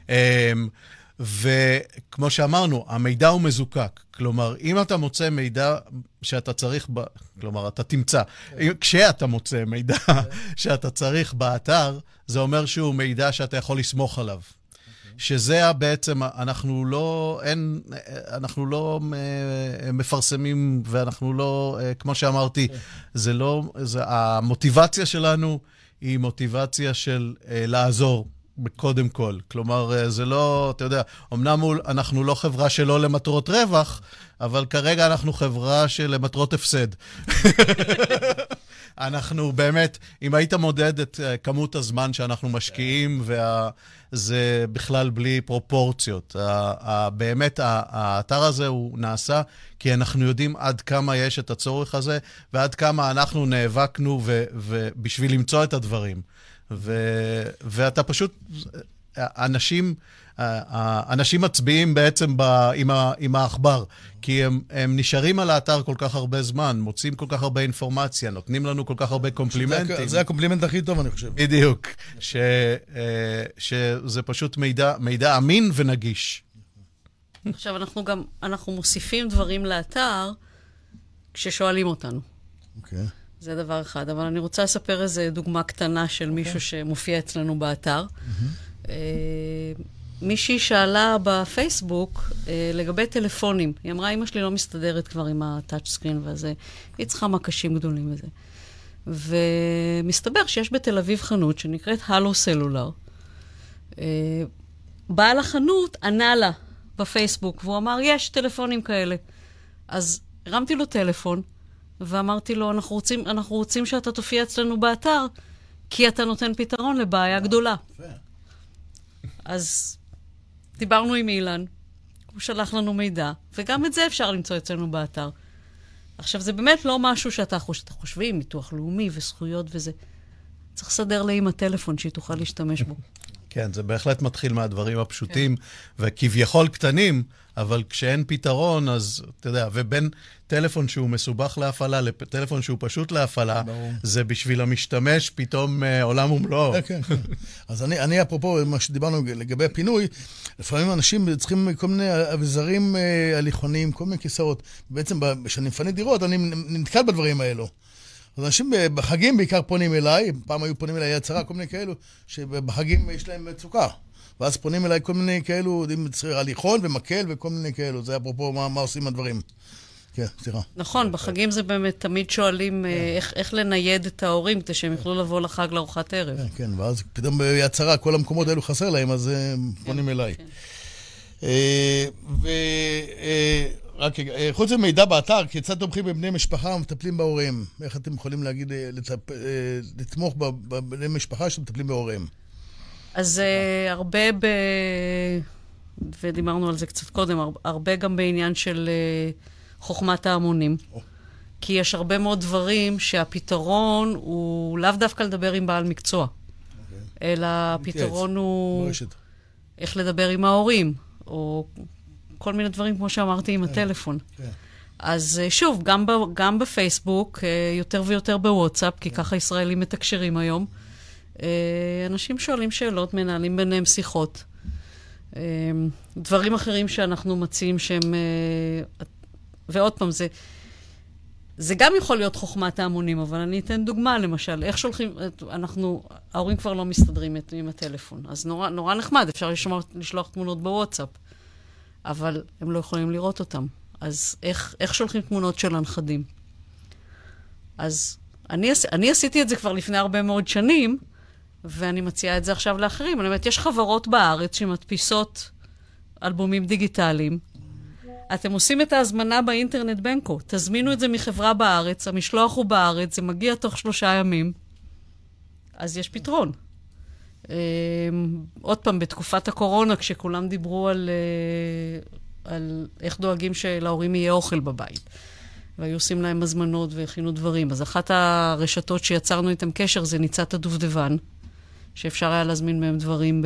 וכמו שאמרנו, המידע הוא מזוקק. כלומר, אם אתה מוצא מידע שאתה צריך, ב... כלומר, אתה תמצא. כשאתה מוצא מידע שאתה צריך באתר, זה אומר שהוא מידע שאתה יכול לסמוך עליו. שזה בעצם, אנחנו לא, אין, אנחנו לא מפרסמים, ואנחנו לא, כמו שאמרתי, זה לא, זה, המוטיבציה שלנו היא מוטיבציה של לעזור. קודם כל. כלומר, זה לא, אתה יודע, אמנם אנחנו לא חברה שלא למטרות רווח, אבל כרגע אנחנו חברה שלמטרות הפסד. אנחנו באמת, אם היית מודד את כמות הזמן שאנחנו משקיעים, וזה בכלל בלי פרופורציות. באמת, האתר הזה הוא נעשה, כי אנחנו יודעים עד כמה יש את הצורך הזה, ועד כמה אנחנו נאבקנו בשביל למצוא את הדברים. ו- ואתה פשוט, אנשים, אנשים מצביעים בעצם ב- עם, ה- עם האחבר, כי הם, הם נשארים על האתר כל כך הרבה זמן, מוצאים כל כך הרבה אינפורמציה, נותנים לנו כל כך הרבה קומפלימנטים. זה, זה הקומפלימנט הכי טוב, אני חושב. בדיוק, ש- שזה פשוט מידע, מידע אמין ונגיש. עכשיו, אנחנו גם, אנחנו מוסיפים דברים לאתר כששואלים אותנו. אוקיי. זה דבר אחד, אבל אני רוצה לספר איזו דוגמה קטנה של מישהו שמופיע אצלנו באתר. מישהי שאלה בפייסבוק לגבי טלפונים. היא אמרה, אמא שלי לא מסתדרת כבר עם הטאצ' סקרין והזה. היא צריכה מקשים גדולים וזה. ומסתבר שיש בתל אביב חנות שנקראת הלו סלולר. בעל החנות ענה לה בפייסבוק, והוא אמר, יש טלפונים כאלה. אז הרמתי לו טלפון, ואמרתי לו, אנחנו רוצים, אנחנו רוצים שאתה תופיע אצלנו באתר, כי אתה נותן פתרון לבעיה גדולה. אז דיברנו עם אילן, הוא שלח לנו מידע, וגם את זה אפשר למצוא אצלנו באתר. עכשיו, זה באמת לא משהו שאתה חושב, אתה חושבים, ביטוח לאומי וזכויות וזה. צריך לסדר לה עם הטלפון שהיא תוכל להשתמש בו. כן, זה בהחלט מתחיל מהדברים הפשוטים, וכביכול קטנים, אבל כשאין פתרון, אז אתה יודע, ובין טלפון שהוא מסובך להפעלה, לטלפון שהוא פשוט להפעלה, זה בשביל המשתמש פתאום עולם ומלואו. כן, כן. אז אני, אני אפרופו, מה שדיברנו לגבי הפינוי, לפעמים אנשים צריכים כל מיני אביזרים הליכונים, כל מיני כיסאות. בעצם, כשאני מפנה דירות, אני נתקל בדברים האלו. אז אנשים בחגים בעיקר פונים אליי, פעם היו פונים אליי הצהרה, כל מיני כאלו, שבחגים יש להם מצוקה. ואז פונים אליי כל מיני כאלו, הליכון ומקל וכל מיני כאלו. זה אפרופו מה, מה עושים הדברים. כן, סליחה. נכון, בחגים זה באמת, תמיד שואלים איך, איך לנייד את ההורים, כדי שהם יוכלו לבוא לחג לארוחת ערב. כן, כן, ואז פתאום בהצהרה, כל המקומות האלו חסר להם, אז פונים אליי. ורק, חוץ ממידע באתר, כיצד תומכים בבני משפחה ומטפלים בהוריהם? איך אתם יכולים להגיד, לתמוך בבני משפחה שמטפלים בהוריהם? אז הרבה ב... ודיברנו על זה קצת קודם, הרבה גם בעניין של חוכמת ההמונים. כי יש הרבה מאוד דברים שהפתרון הוא לאו דווקא לדבר עם בעל מקצוע, אלא הפתרון הוא איך לדבר עם ההורים, או כל מיני דברים, כמו שאמרתי, עם הטלפון. אז שוב, גם, ב, גם בפייסבוק, יותר ויותר בוואטסאפ, כי ככה ישראלים מתקשרים היום, אנשים שואלים שאלות, מנהלים ביניהם שיחות. דברים אחרים שאנחנו מציעים שהם... ועוד פעם, זה, זה גם יכול להיות חוכמת ההמונים, אבל אני אתן דוגמה, למשל, איך שולחים... אנחנו, ההורים כבר לא מסתדרים עם הטלפון, אז נורא, נורא נחמד, אפשר לשמוע, לשלוח תמונות בוואטסאפ, אבל הם לא יכולים לראות אותם. אז איך, איך שולחים תמונות של הנכדים? אז אני, אני עשיתי את זה כבר לפני הרבה מאוד שנים, ואני מציעה את זה עכשיו לאחרים. אני אומרת, יש חברות בארץ שמדפיסות אלבומים דיגיטליים. אתם עושים את ההזמנה באינטרנט בנקו. תזמינו את זה מחברה בארץ, המשלוח הוא בארץ, זה מגיע תוך שלושה ימים. אז יש פתרון. עוד פעם, בתקופת הקורונה, כשכולם דיברו על, על איך דואגים שלהורים יהיה אוכל בבית. והיו עושים להם הזמנות והכינו דברים. אז אחת הרשתות שיצרנו איתם קשר זה ניצת הדובדבן, שאפשר היה להזמין מהם דברים ב...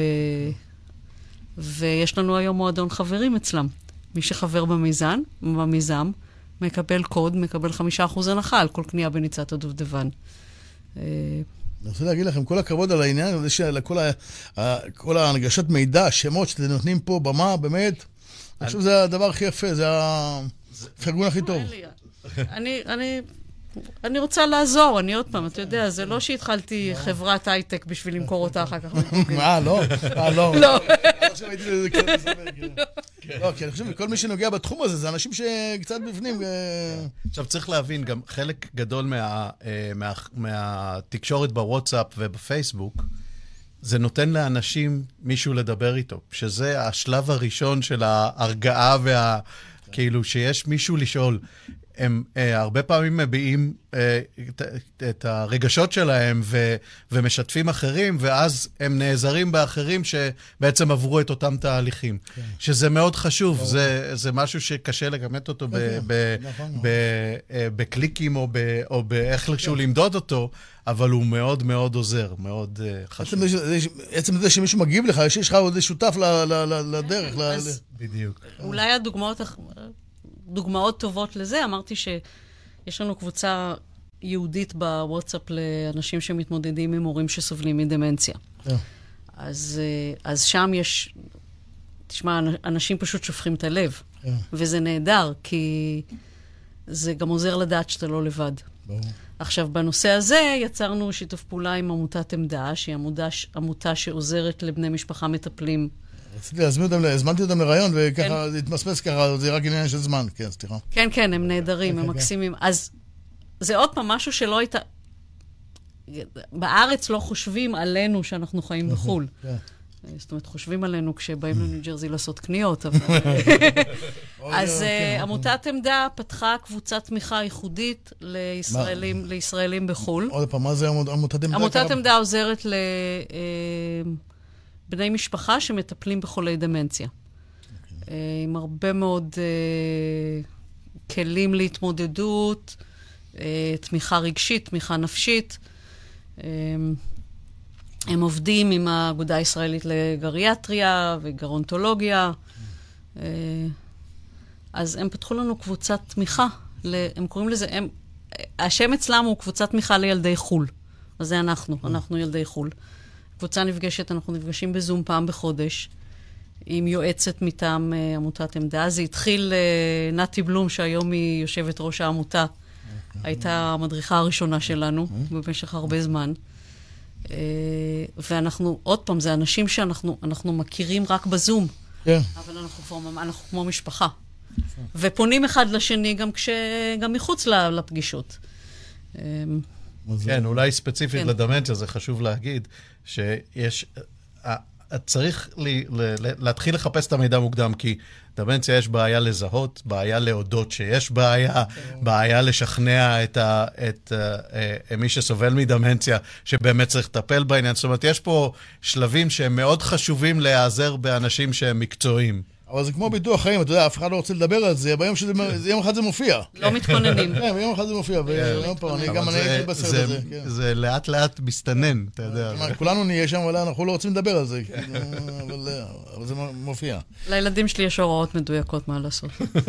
ויש לנו היום מועדון חברים אצלם. מי שחבר במיזם, במיזם, מקבל קוד, מקבל חמישה אחוז הנחה על כל קנייה בניצת הדובדבן. אני רוצה להגיד לכם, כל הכבוד על העניין הזה של כל ההנגשת מידע, השמות שאתם נותנים פה, במה, באמת, אני חושב שזה הדבר הכי יפה, זה הפרגון הכי טוב. אני, אני, אני רוצה לעזור, אני עוד פעם, אתה יודע, זה לא שהתחלתי חברת הייטק בשביל למכור אותה אחר כך. אה, לא? אה, לא. לא. עכשיו הייתי לזה קצת מסבר, לא, כי אני חושב שכל מי שנוגע בתחום הזה, זה אנשים שקצת בפנים. עכשיו צריך להבין, גם חלק גדול מהתקשורת בוואטסאפ ובפייסבוק, זה נותן לאנשים מישהו לדבר איתו, שזה השלב הראשון של ההרגעה וה... כאילו שיש מישהו לשאול. הם uh, הרבה פעמים מביעים uh, את, את הרגשות שלהם ו, ומשתפים אחרים, ואז הם נעזרים באחרים שבעצם עברו את אותם תהליכים. Okay. שזה מאוד חשוב, okay. זה, זה משהו שקשה לגמת אותו okay. ב, ב, נכון, ב, uh, בקליקים או, ב, או באיך okay. שהוא למדוד אותו, אבל הוא מאוד מאוד עוזר, מאוד uh, חשוב. עצם זה שמישהו מגיב לך, שיש לך עוד שותף ל, ל, ל, לדרך. אז ל... בדיוק. אולי הדוגמאות... דוגמאות טובות לזה, אמרתי שיש לנו קבוצה יהודית בוואטסאפ לאנשים שמתמודדים עם הורים שסובלים מדמנציה. Yeah. אז, אז שם יש, תשמע, אנשים פשוט שופכים את הלב, yeah. וזה נהדר, כי זה גם עוזר לדעת שאתה לא לבד. Yeah. עכשיו, בנושא הזה יצרנו שיתוף פעולה עם עמותת עמדה, שהיא עמותה, עמותה שעוזרת לבני משפחה מטפלים. רציתי להזמין אותם, הזמנתי אותם לרעיון, וככה זה התמספס ככה, זה רק עניין של זמן, כן, סליחה. כן, כן, הם נהדרים, הם מקסימים. אז זה עוד פעם משהו שלא הייתה... בארץ לא חושבים עלינו שאנחנו חיים בחול. זאת אומרת, חושבים עלינו כשבאים לניו ג'רזי לעשות קניות, אבל... אז עמותת עמדה פתחה קבוצת תמיכה ייחודית לישראלים בחול. עוד פעם, מה זה עמותת עמדה? עמותת עמדה עוזרת ל... בני משפחה שמטפלים בחולי דמנציה. Okay. עם הרבה מאוד uh, כלים להתמודדות, uh, תמיכה רגשית, תמיכה נפשית. Um, הם עובדים עם האגודה הישראלית לגריאטריה וגרונטולוגיה. Okay. Uh, אז הם פתחו לנו קבוצת תמיכה. הם קוראים לזה, הם, השם אצלם הוא קבוצת תמיכה לילדי חול. אז זה אנחנו, okay. אנחנו ילדי חול. קבוצה נפגשת, אנחנו נפגשים בזום פעם בחודש, עם יועצת מטעם uh, עמותת עמדה. זה התחיל uh, נתי בלום, שהיום היא יושבת ראש העמותה. Okay. הייתה המדריכה הראשונה שלנו, okay. במשך הרבה זמן. Uh, ואנחנו, עוד פעם, זה אנשים שאנחנו אנחנו מכירים רק בזום. Yeah. אבל אנחנו, כבר, אנחנו כמו משפחה. Okay. ופונים אחד לשני גם, כש, גם מחוץ לפגישות. Uh, כן, אולי ספציפית כן. לדמנציה, זה חשוב להגיד, שיש, צריך לי, להתחיל לחפש את המידע מוקדם, כי דמנציה יש בעיה לזהות, בעיה להודות שיש בעיה, בעיה לשכנע את, ה, את uh, מי שסובל מדמנציה, שבאמת צריך לטפל בעניין. זאת אומרת, יש פה שלבים שהם מאוד חשובים להיעזר באנשים שהם מקצועיים. אבל זה כמו ביטוח חיים, אתה יודע, אף אחד לא רוצה לדבר על זה, ביום שזה, יום אחד זה מופיע. לא מתכוננים. כן, ביום אחד זה מופיע, ויום פעם, אני גם אני הייתי בסרט הזה. זה לאט לאט מסתנן, אתה יודע. כולנו נהיה שם, אבל אנחנו לא רוצים לדבר על זה, אבל זה מופיע. לילדים שלי יש הוראות מדויקות מה לעשות.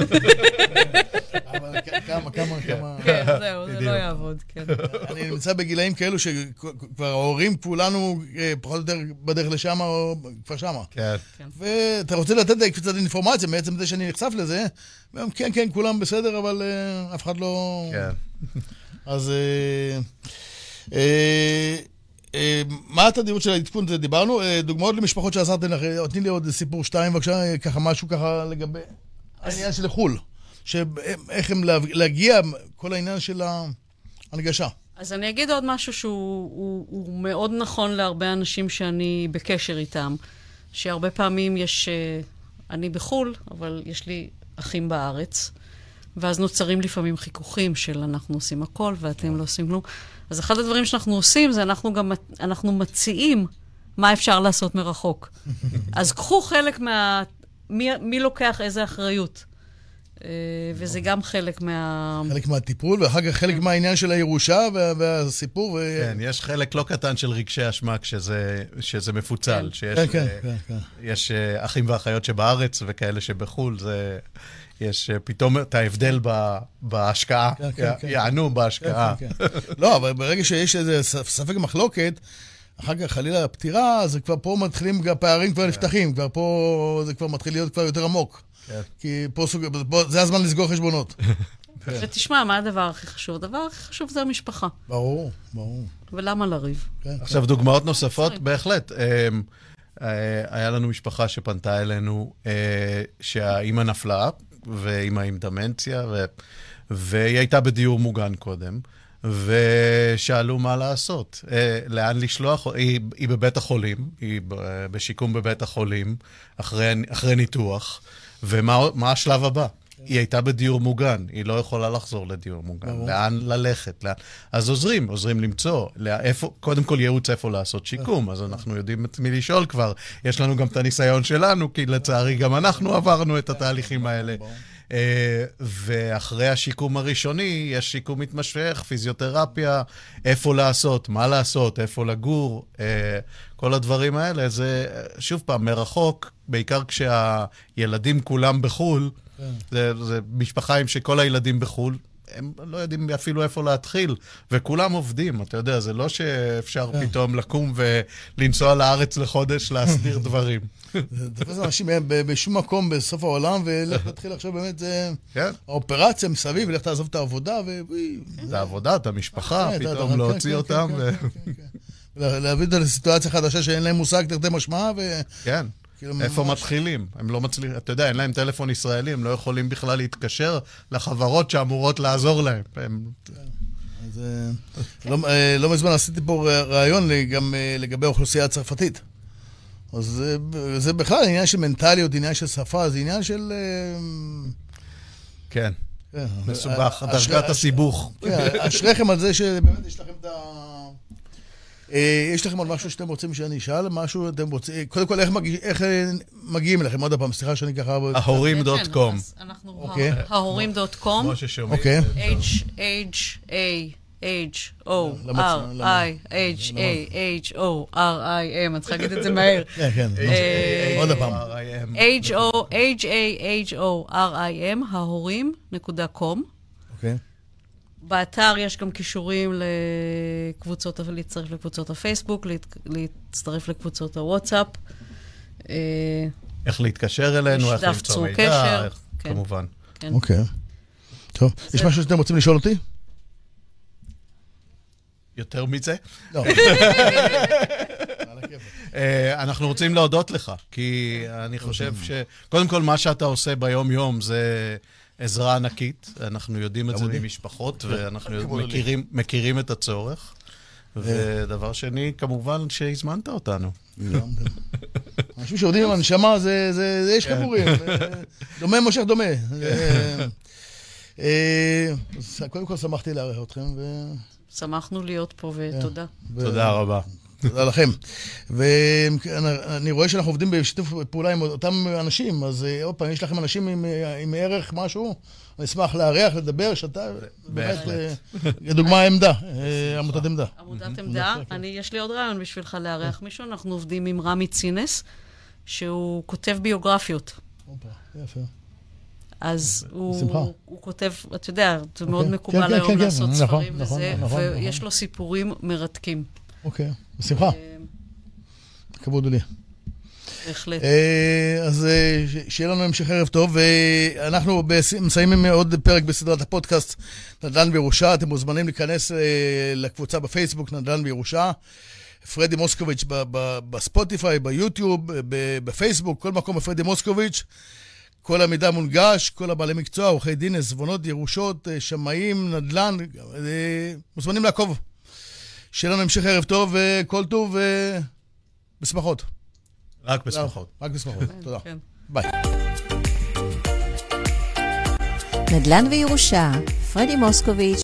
אבל כמה, כמה, כמה... כן, זהו, זה לא יעבוד, כן. אני נמצא בגילאים כאלו שכבר ההורים כולנו פחות או יותר בדרך לשם או כבר שמה. כן. ואתה רוצה לתת קצת אינפורמציה מעצם זה שאני נחשף לזה, כן, כן, כולם בסדר, אבל אף אחד לא... כן. אז... מה התדירות של העדכון? זה דיברנו, דוגמאות למשפחות שעזרתם לך, תני לי עוד סיפור שתיים, בבקשה, ככה משהו ככה לגבי העניין של חול. שאיך הם להגיע, כל העניין של ההנגשה. אז אני אגיד עוד משהו שהוא הוא, הוא מאוד נכון להרבה אנשים שאני בקשר איתם, שהרבה פעמים יש, אני בחול, אבל יש לי אחים בארץ, ואז נוצרים לפעמים חיכוכים של אנחנו עושים הכל ואתם לא עושים כלום. אז אחד הדברים שאנחנו עושים זה אנחנו גם אנחנו מציעים מה אפשר לעשות מרחוק. אז קחו חלק מה... מי, מי לוקח איזה אחריות. וזה גם חלק מה... חלק מהטיפול, ואחר כך חלק מהעניין של הירושה והסיפור. כן, יש חלק לא קטן של רגשי אשמה כשזה מפוצל. שיש אחים ואחיות שבארץ וכאלה שבחול, יש פתאום את ההבדל בהשקעה, יענו בהשקעה. לא, אבל ברגע שיש איזה ספק מחלוקת, אחר כך חלילה הפטירה, אז כבר פה מתחילים, הפערים כבר נפתחים, כבר פה זה כבר מתחיל להיות כבר יותר עמוק. כי פה זה הזמן לסגור חשבונות. ותשמע, מה הדבר הכי חשוב? הדבר הכי חשוב זה המשפחה. ברור, ברור. ולמה לריב? עכשיו, דוגמאות נוספות, בהחלט. היה לנו משפחה שפנתה אלינו, שהאימא נפלה, ואימא עם דמנציה, והיא הייתה בדיור מוגן קודם. ושאלו מה לעשות, לאן לשלוח, היא, היא בבית החולים, היא בשיקום בבית החולים, אחרי, אחרי ניתוח, ומה מה השלב הבא? היא הייתה בדיור מוגן, היא לא יכולה לחזור לדיור מוגן, לאן ללכת, לאן... אז עוזרים, עוזרים למצוא, לאיפה, קודם כל ייעוץ איפה לעשות שיקום, אז אנחנו יודעים את מי לשאול כבר, יש לנו גם את הניסיון שלנו, כי לצערי גם אנחנו עברנו את התהליכים האלה. Uh, ואחרי השיקום הראשוני, יש שיקום מתמשך, פיזיותרפיה, איפה לעשות, מה לעשות, איפה לגור, uh, כל הדברים האלה, זה שוב פעם מרחוק, בעיקר כשהילדים כולם בחול, זה, זה משפחה שכל הילדים בחול, הם לא יודעים אפילו איפה להתחיל, וכולם עובדים, אתה יודע, זה לא שאפשר פתאום לקום ולנסוע לארץ לחודש להסדיר דברים. זה תופס אנשים בשום מקום בסוף העולם, ולהתחיל עכשיו באמת האופרציה מסביב, ולך תעזוב את העבודה, זה העבודה, את המשפחה, פתאום להוציא אותם. להביא את הסיטואציה חדשה שאין להם מושג תרתי משמע, כן. איפה מתחילים? הם לא מצליחים, אתה יודע, אין להם טלפון ישראלי, הם לא יכולים בכלל להתקשר לחברות שאמורות לעזור להם. אז לא מזמן עשיתי פה רעיון גם לגבי האוכלוסייה הצרפתית. אז זה בכלל עניין של מנטליות, עניין של שפה, זה עניין של... כן, מסובך, דרגת הסיבוך. אשריכם על זה שבאמת יש לכם את ה... יש לכם עוד משהו שאתם רוצים שאני אשאל? משהו אתם רוצים... קודם כל, איך מגיעים אליכם? עוד הפעם, סליחה שאני ככה... ההורים דוט קום. אנחנו ההורים דוט קום. כמו ששומעים. H-H-A-H-O R-I-H-A-H-O-R-I-M. את צריכה להגיד את זה מהר. כן, כן. עוד הפעם. H-O-H-A-H-O-R-I-M, ההורים נקודה קום. אוקיי. באתר יש גם קישורים לקבוצות, להצטרף לקבוצות הפייסבוק, להצטרף לקבוצות הוואטסאפ. איך להתקשר אלינו, איך למצוא מידע, כמובן. אוקיי. טוב, יש משהו שאתם רוצים לשאול אותי? יותר מזה? לא. אנחנו רוצים להודות לך, כי אני חושב ש... קודם כל, מה שאתה עושה ביום-יום זה... עזרה ענקית, אנחנו יודעים את זה ממשפחות, ואנחנו מכירים את הצורך. ודבר שני, כמובן שהזמנת אותנו. אנשים שעובדים עם הנשמה, זה יש חיבורים. דומה מושך דומה. קודם כל שמחתי לארח אתכם. שמחנו להיות פה, ותודה. תודה רבה. תודה לכם. ואני רואה שאנחנו עובדים בשיתוף פעולה עם אותם אנשים, אז עוד פעם, יש לכם אנשים עם, עם ערך משהו, אני אשמח להריח, לדבר, שאתה... בהחלט. לדוגמה, עמדה, עמותת עמדה. עמותת עמדה. אני, יש לי עוד רעיון בשבילך להריח מישהו, אנחנו עובדים עם רמי צינס, שהוא כותב ביוגרפיות. אופה, יפה. אז הוא, הוא כותב, אתה יודע, זה מאוד מקובל היום לעשות ספרים וזה, ויש לו סיפורים מרתקים. אוקיי, בשמחה. כבוד לי. בהחלט. אז שיהיה לנו המשך ערב טוב, ואנחנו מסיימים עוד פרק בסדרת הפודקאסט נדל"ן וירושה. אתם מוזמנים להיכנס לקבוצה בפייסבוק נדל"ן וירושה. פרדי מוסקוביץ' בספוטיפיי, ביוטיוב, בפייסבוק, כל מקום בפרדי מוסקוביץ'. כל המידע מונגש, כל הבעלי מקצוע, עורכי דין, עזבונות, ירושות, שמאים, נדל"ן, מוזמנים לעקוב. שיהיה לנו המשך ערב טוב, וכל טוב, ובשמחות. רק בשמחות. רק בשמחות, תודה. ביי. נדל"ן וירושה, פרדי מוסקוביץ'